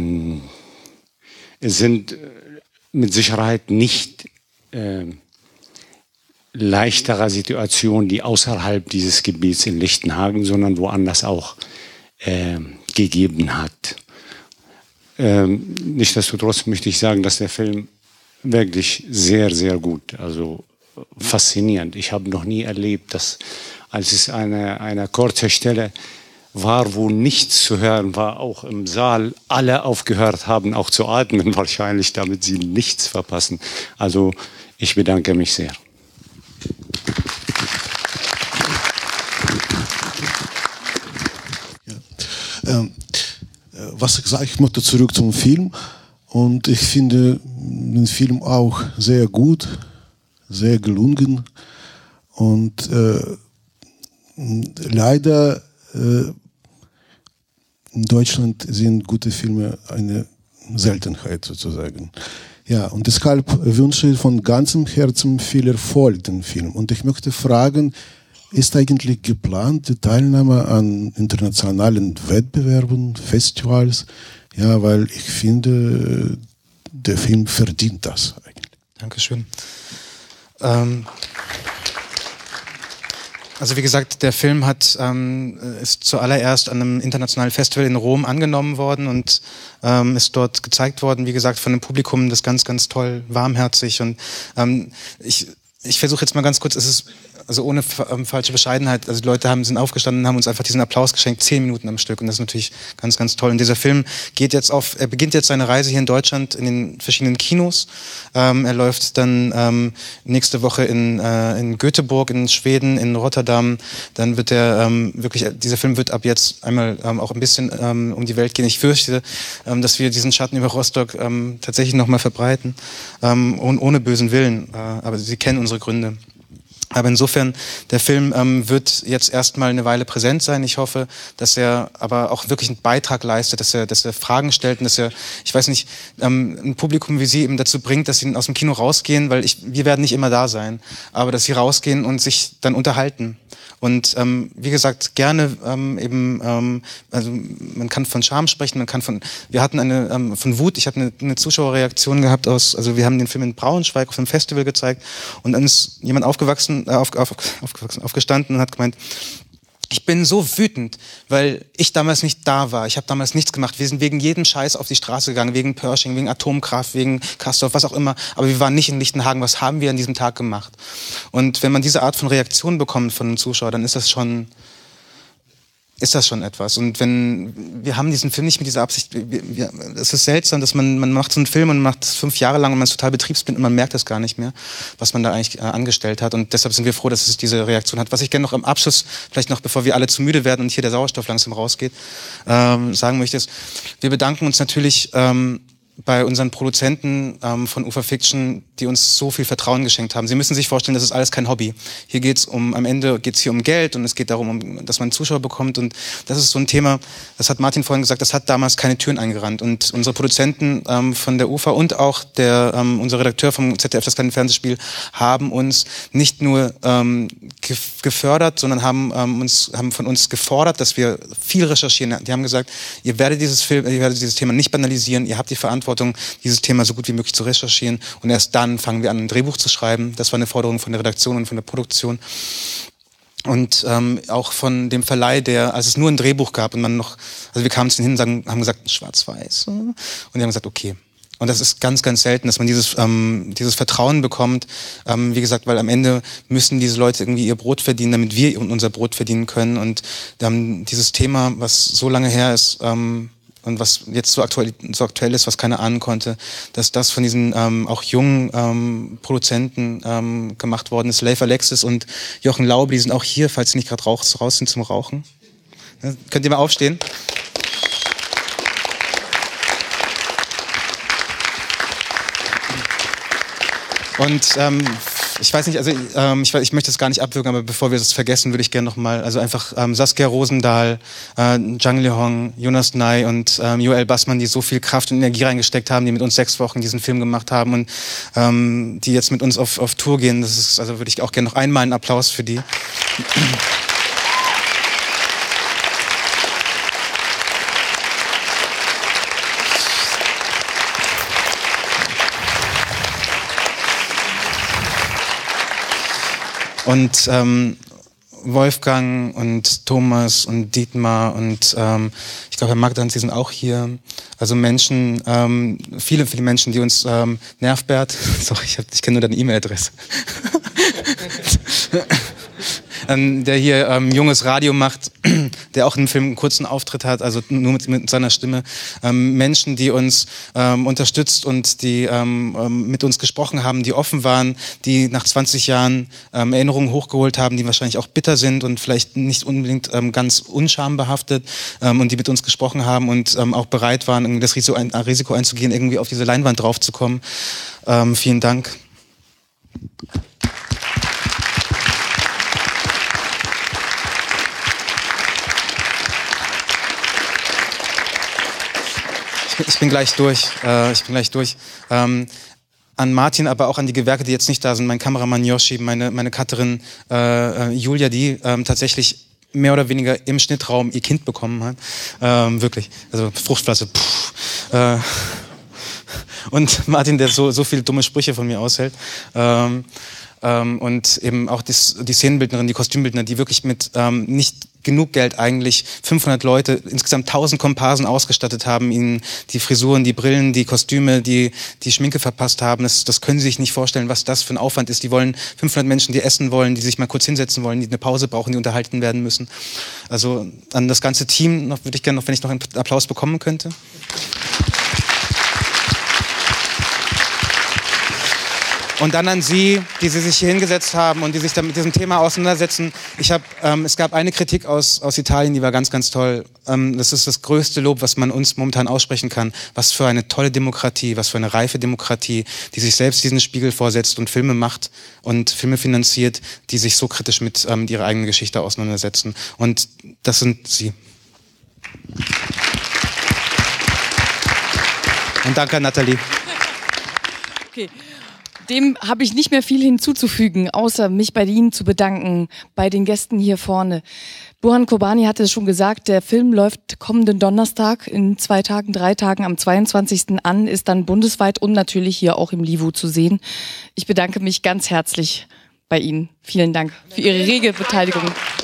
es sind mit Sicherheit nicht leichterer Situationen, die außerhalb dieses Gebiets in Lichtenhagen, sondern woanders auch gegeben hat. Nichtsdestotrotz möchte ich sagen, dass der Film wirklich sehr, sehr gut, also faszinierend. Ich habe noch nie erlebt, dass als es eine kurze Stelle war, wo nichts zu hören war, auch im Saal alle aufgehört haben, auch zu atmen, wahrscheinlich, damit sie nichts verpassen. Also ich bedanke mich sehr. Was ich sage, ich möchte zurück zum Film und ich finde den Film auch sehr gut, sehr gelungen und leider in Deutschland sind gute Filme eine Seltenheit sozusagen. Ja, und deshalb wünsche ich von ganzem Herzen viel Erfolg dem Film. Und ich möchte fragen, ist eigentlich geplant die Teilnahme an internationalen Wettbewerben, Festivals? Ja, weil ich finde, der Film verdient das eigentlich. Dankeschön. Also wie gesagt, der Film ist zuallererst an einem internationalen Festival in Rom angenommen worden und ist dort gezeigt worden, wie gesagt, von einem Publikum, das ganz, ganz toll, warmherzig. Und ich versuche jetzt mal ganz kurz, es ist also ohne falsche Bescheidenheit, also die Leute sind aufgestanden und haben uns einfach diesen Applaus geschenkt, 10 Minuten am Stück, und das ist natürlich ganz, ganz toll. Und dieser Film er beginnt jetzt seine Reise hier in Deutschland in den verschiedenen Kinos. Er läuft dann nächste Woche in Göteborg, in Schweden, in Rotterdam. Dann wird dieser Film wird ab jetzt einmal auch ein bisschen um die Welt gehen. Ich fürchte, dass wir diesen Schatten über Rostock tatsächlich nochmal verbreiten, ohne bösen Willen. Aber Sie kennen unsere Gründe. Aber insofern, der Film wird jetzt erstmal eine Weile präsent sein. Ich hoffe, dass er aber auch wirklich einen Beitrag leistet, dass er Fragen stellt und dass er, ich weiß nicht, ein Publikum wie Sie eben dazu bringt, dass Sie aus dem Kino rausgehen, weil wir werden nicht immer da sein, aber dass Sie rausgehen und sich dann unterhalten. Und wie gesagt, gerne also man kann von Scham sprechen, wir hatten von Wut, ich habe eine Zuschauerreaktion gehabt also wir haben den Film in Braunschweig auf einem Festival gezeigt und dann ist jemand aufgestanden und hat gemeint, ich bin so wütend, weil ich damals nicht da war. Ich habe damals nichts gemacht. Wir sind wegen jedem Scheiß auf die Straße gegangen, wegen Pershing, wegen Atomkraft, wegen Castorf, was auch immer. Aber wir waren nicht in Lichtenhagen. Was haben wir an diesem Tag gemacht? Und wenn man diese Art von Reaktion bekommt von einem Zuschauer, dann ist das schon etwas. Und wir haben diesen Film nicht mit dieser Absicht, es ist seltsam, dass man macht so einen Film und macht es 5 Jahre lang und man ist total betriebsblind und man merkt das gar nicht mehr, was man da eigentlich angestellt hat. Und deshalb sind wir froh, dass es diese Reaktion hat. Was ich gerne noch im Abschluss, vielleicht noch bevor wir alle zu müde werden und hier der Sauerstoff langsam rausgeht, sagen möchte, ist, wir bedanken uns natürlich bei unseren Produzenten von Ufer Fiction, die uns so viel Vertrauen geschenkt haben. Sie müssen sich vorstellen, das ist alles kein Hobby. Hier geht's am Ende geht's hier um Geld und es geht darum, dass man Zuschauer bekommt und das ist so ein Thema, das hat Martin vorhin gesagt, das hat damals keine Türen eingerannt und unsere Produzenten von der Ufer und auch unser Redakteur vom ZDF, das kleine Fernsehspiel, haben uns nicht nur gefördert, sondern haben von uns gefordert, dass wir viel recherchieren. Die haben gesagt, ihr werdet dieses Thema nicht banalisieren, ihr habt die Verantwortung, dieses Thema so gut wie möglich zu recherchieren und erst dann fangen wir an, ein Drehbuch zu schreiben. Das war eine Forderung von der Redaktion und von der Produktion. Und auch von dem Verleih, als es nur ein Drehbuch gab und wir kamen zu denen hin und haben gesagt, schwarz-weiß. Und die haben gesagt, okay. Und das ist ganz, ganz selten, dass man dieses Vertrauen bekommt. Wie gesagt, weil am Ende müssen diese Leute irgendwie ihr Brot verdienen, damit wir unser Brot verdienen können. Und dieses Thema, was so lange her ist, und was jetzt so aktuell ist, was keiner ahnen konnte, dass das von diesen auch jungen Produzenten gemacht worden ist. Leif Alexis und Jochen Laube, die sind auch hier, falls sie nicht gerade raus sind zum Rauchen. Ja, könnt ihr mal aufstehen? Und ich weiß nicht, also ich möchte es gar nicht abwürgen, aber bevor wir das vergessen, würde ich gerne nochmal, also einfach Saskia Rosendahl, Zhang Lihong, Jonas Ney und Joel Bassmann, die so viel Kraft und Energie reingesteckt haben, die mit uns 6 Wochen diesen Film gemacht haben und die jetzt mit uns auf Tour gehen. Das ist, also würde ich auch gerne noch einmal einen Applaus für die. Und Wolfgang und Thomas und Dietmar und ich glaube Herr Magdans, die sind auch hier. Also Menschen, viele Menschen, die uns Nervbert, sorry, ich kenne nur deine E-Mail-Adresse. Der hier junges Radio macht, der auch in dem Film einen kurzen Auftritt hat, also nur mit seiner Stimme. Menschen, die uns unterstützt und die mit uns gesprochen haben, die offen waren, die nach 20 Jahren Erinnerungen hochgeholt haben, die wahrscheinlich auch bitter sind und vielleicht nicht unbedingt ganz unschambehaftet und die mit uns gesprochen haben und auch bereit waren, das Risiko einzugehen, irgendwie auf diese Leinwand draufzukommen. Vielen Dank. Ich bin gleich durch. An Martin, aber auch an die Gewerke, die jetzt nicht da sind. Mein Kameramann Yoshi, meine Cutterin Julia, die tatsächlich mehr oder weniger im Schnittraum ihr Kind bekommen hat. Wirklich. Also Fruchtflasche. Und Martin, der so viele dumme Sprüche von mir aushält. Und eben auch die Szenenbildnerin, die Kostümbildner, die wirklich mit nicht genug Geld eigentlich 500 Leute, insgesamt 1000 Komparsen ausgestattet haben, ihnen die Frisuren, die Brillen, die Kostüme, die Schminke verpasst haben. Das können Sie sich nicht vorstellen, was das für ein Aufwand ist. Die wollen 500 Menschen, die essen wollen, die sich mal kurz hinsetzen wollen, die eine Pause brauchen, die unterhalten werden müssen. Also an das ganze Team würde ich gerne noch, wenn ich noch einen Applaus bekommen könnte. Und dann an Sie, die sich hier hingesetzt haben und die sich dann mit diesem Thema auseinandersetzen. Es gab eine Kritik aus Italien, die war ganz, ganz toll. Das ist das größte Lob, was man uns momentan aussprechen kann. Was für eine tolle Demokratie, was für eine reife Demokratie, die sich selbst diesen Spiegel vorsetzt und Filme macht und Filme finanziert, die sich so kritisch mit ihrer eigenen Geschichte auseinandersetzen. Und das sind Sie. Und danke an Nathalie. Okay. Dem habe ich nicht mehr viel hinzuzufügen, außer mich bei Ihnen zu bedanken, bei den Gästen hier vorne. Burhan Kobani hatte es schon gesagt, der Film läuft kommenden Donnerstag in 2 Tagen, 3 Tagen am 22. an, ist dann bundesweit und natürlich hier auch im Livu zu sehen. Ich bedanke mich ganz herzlich bei Ihnen. Vielen Dank für Ihre rege Beteiligung.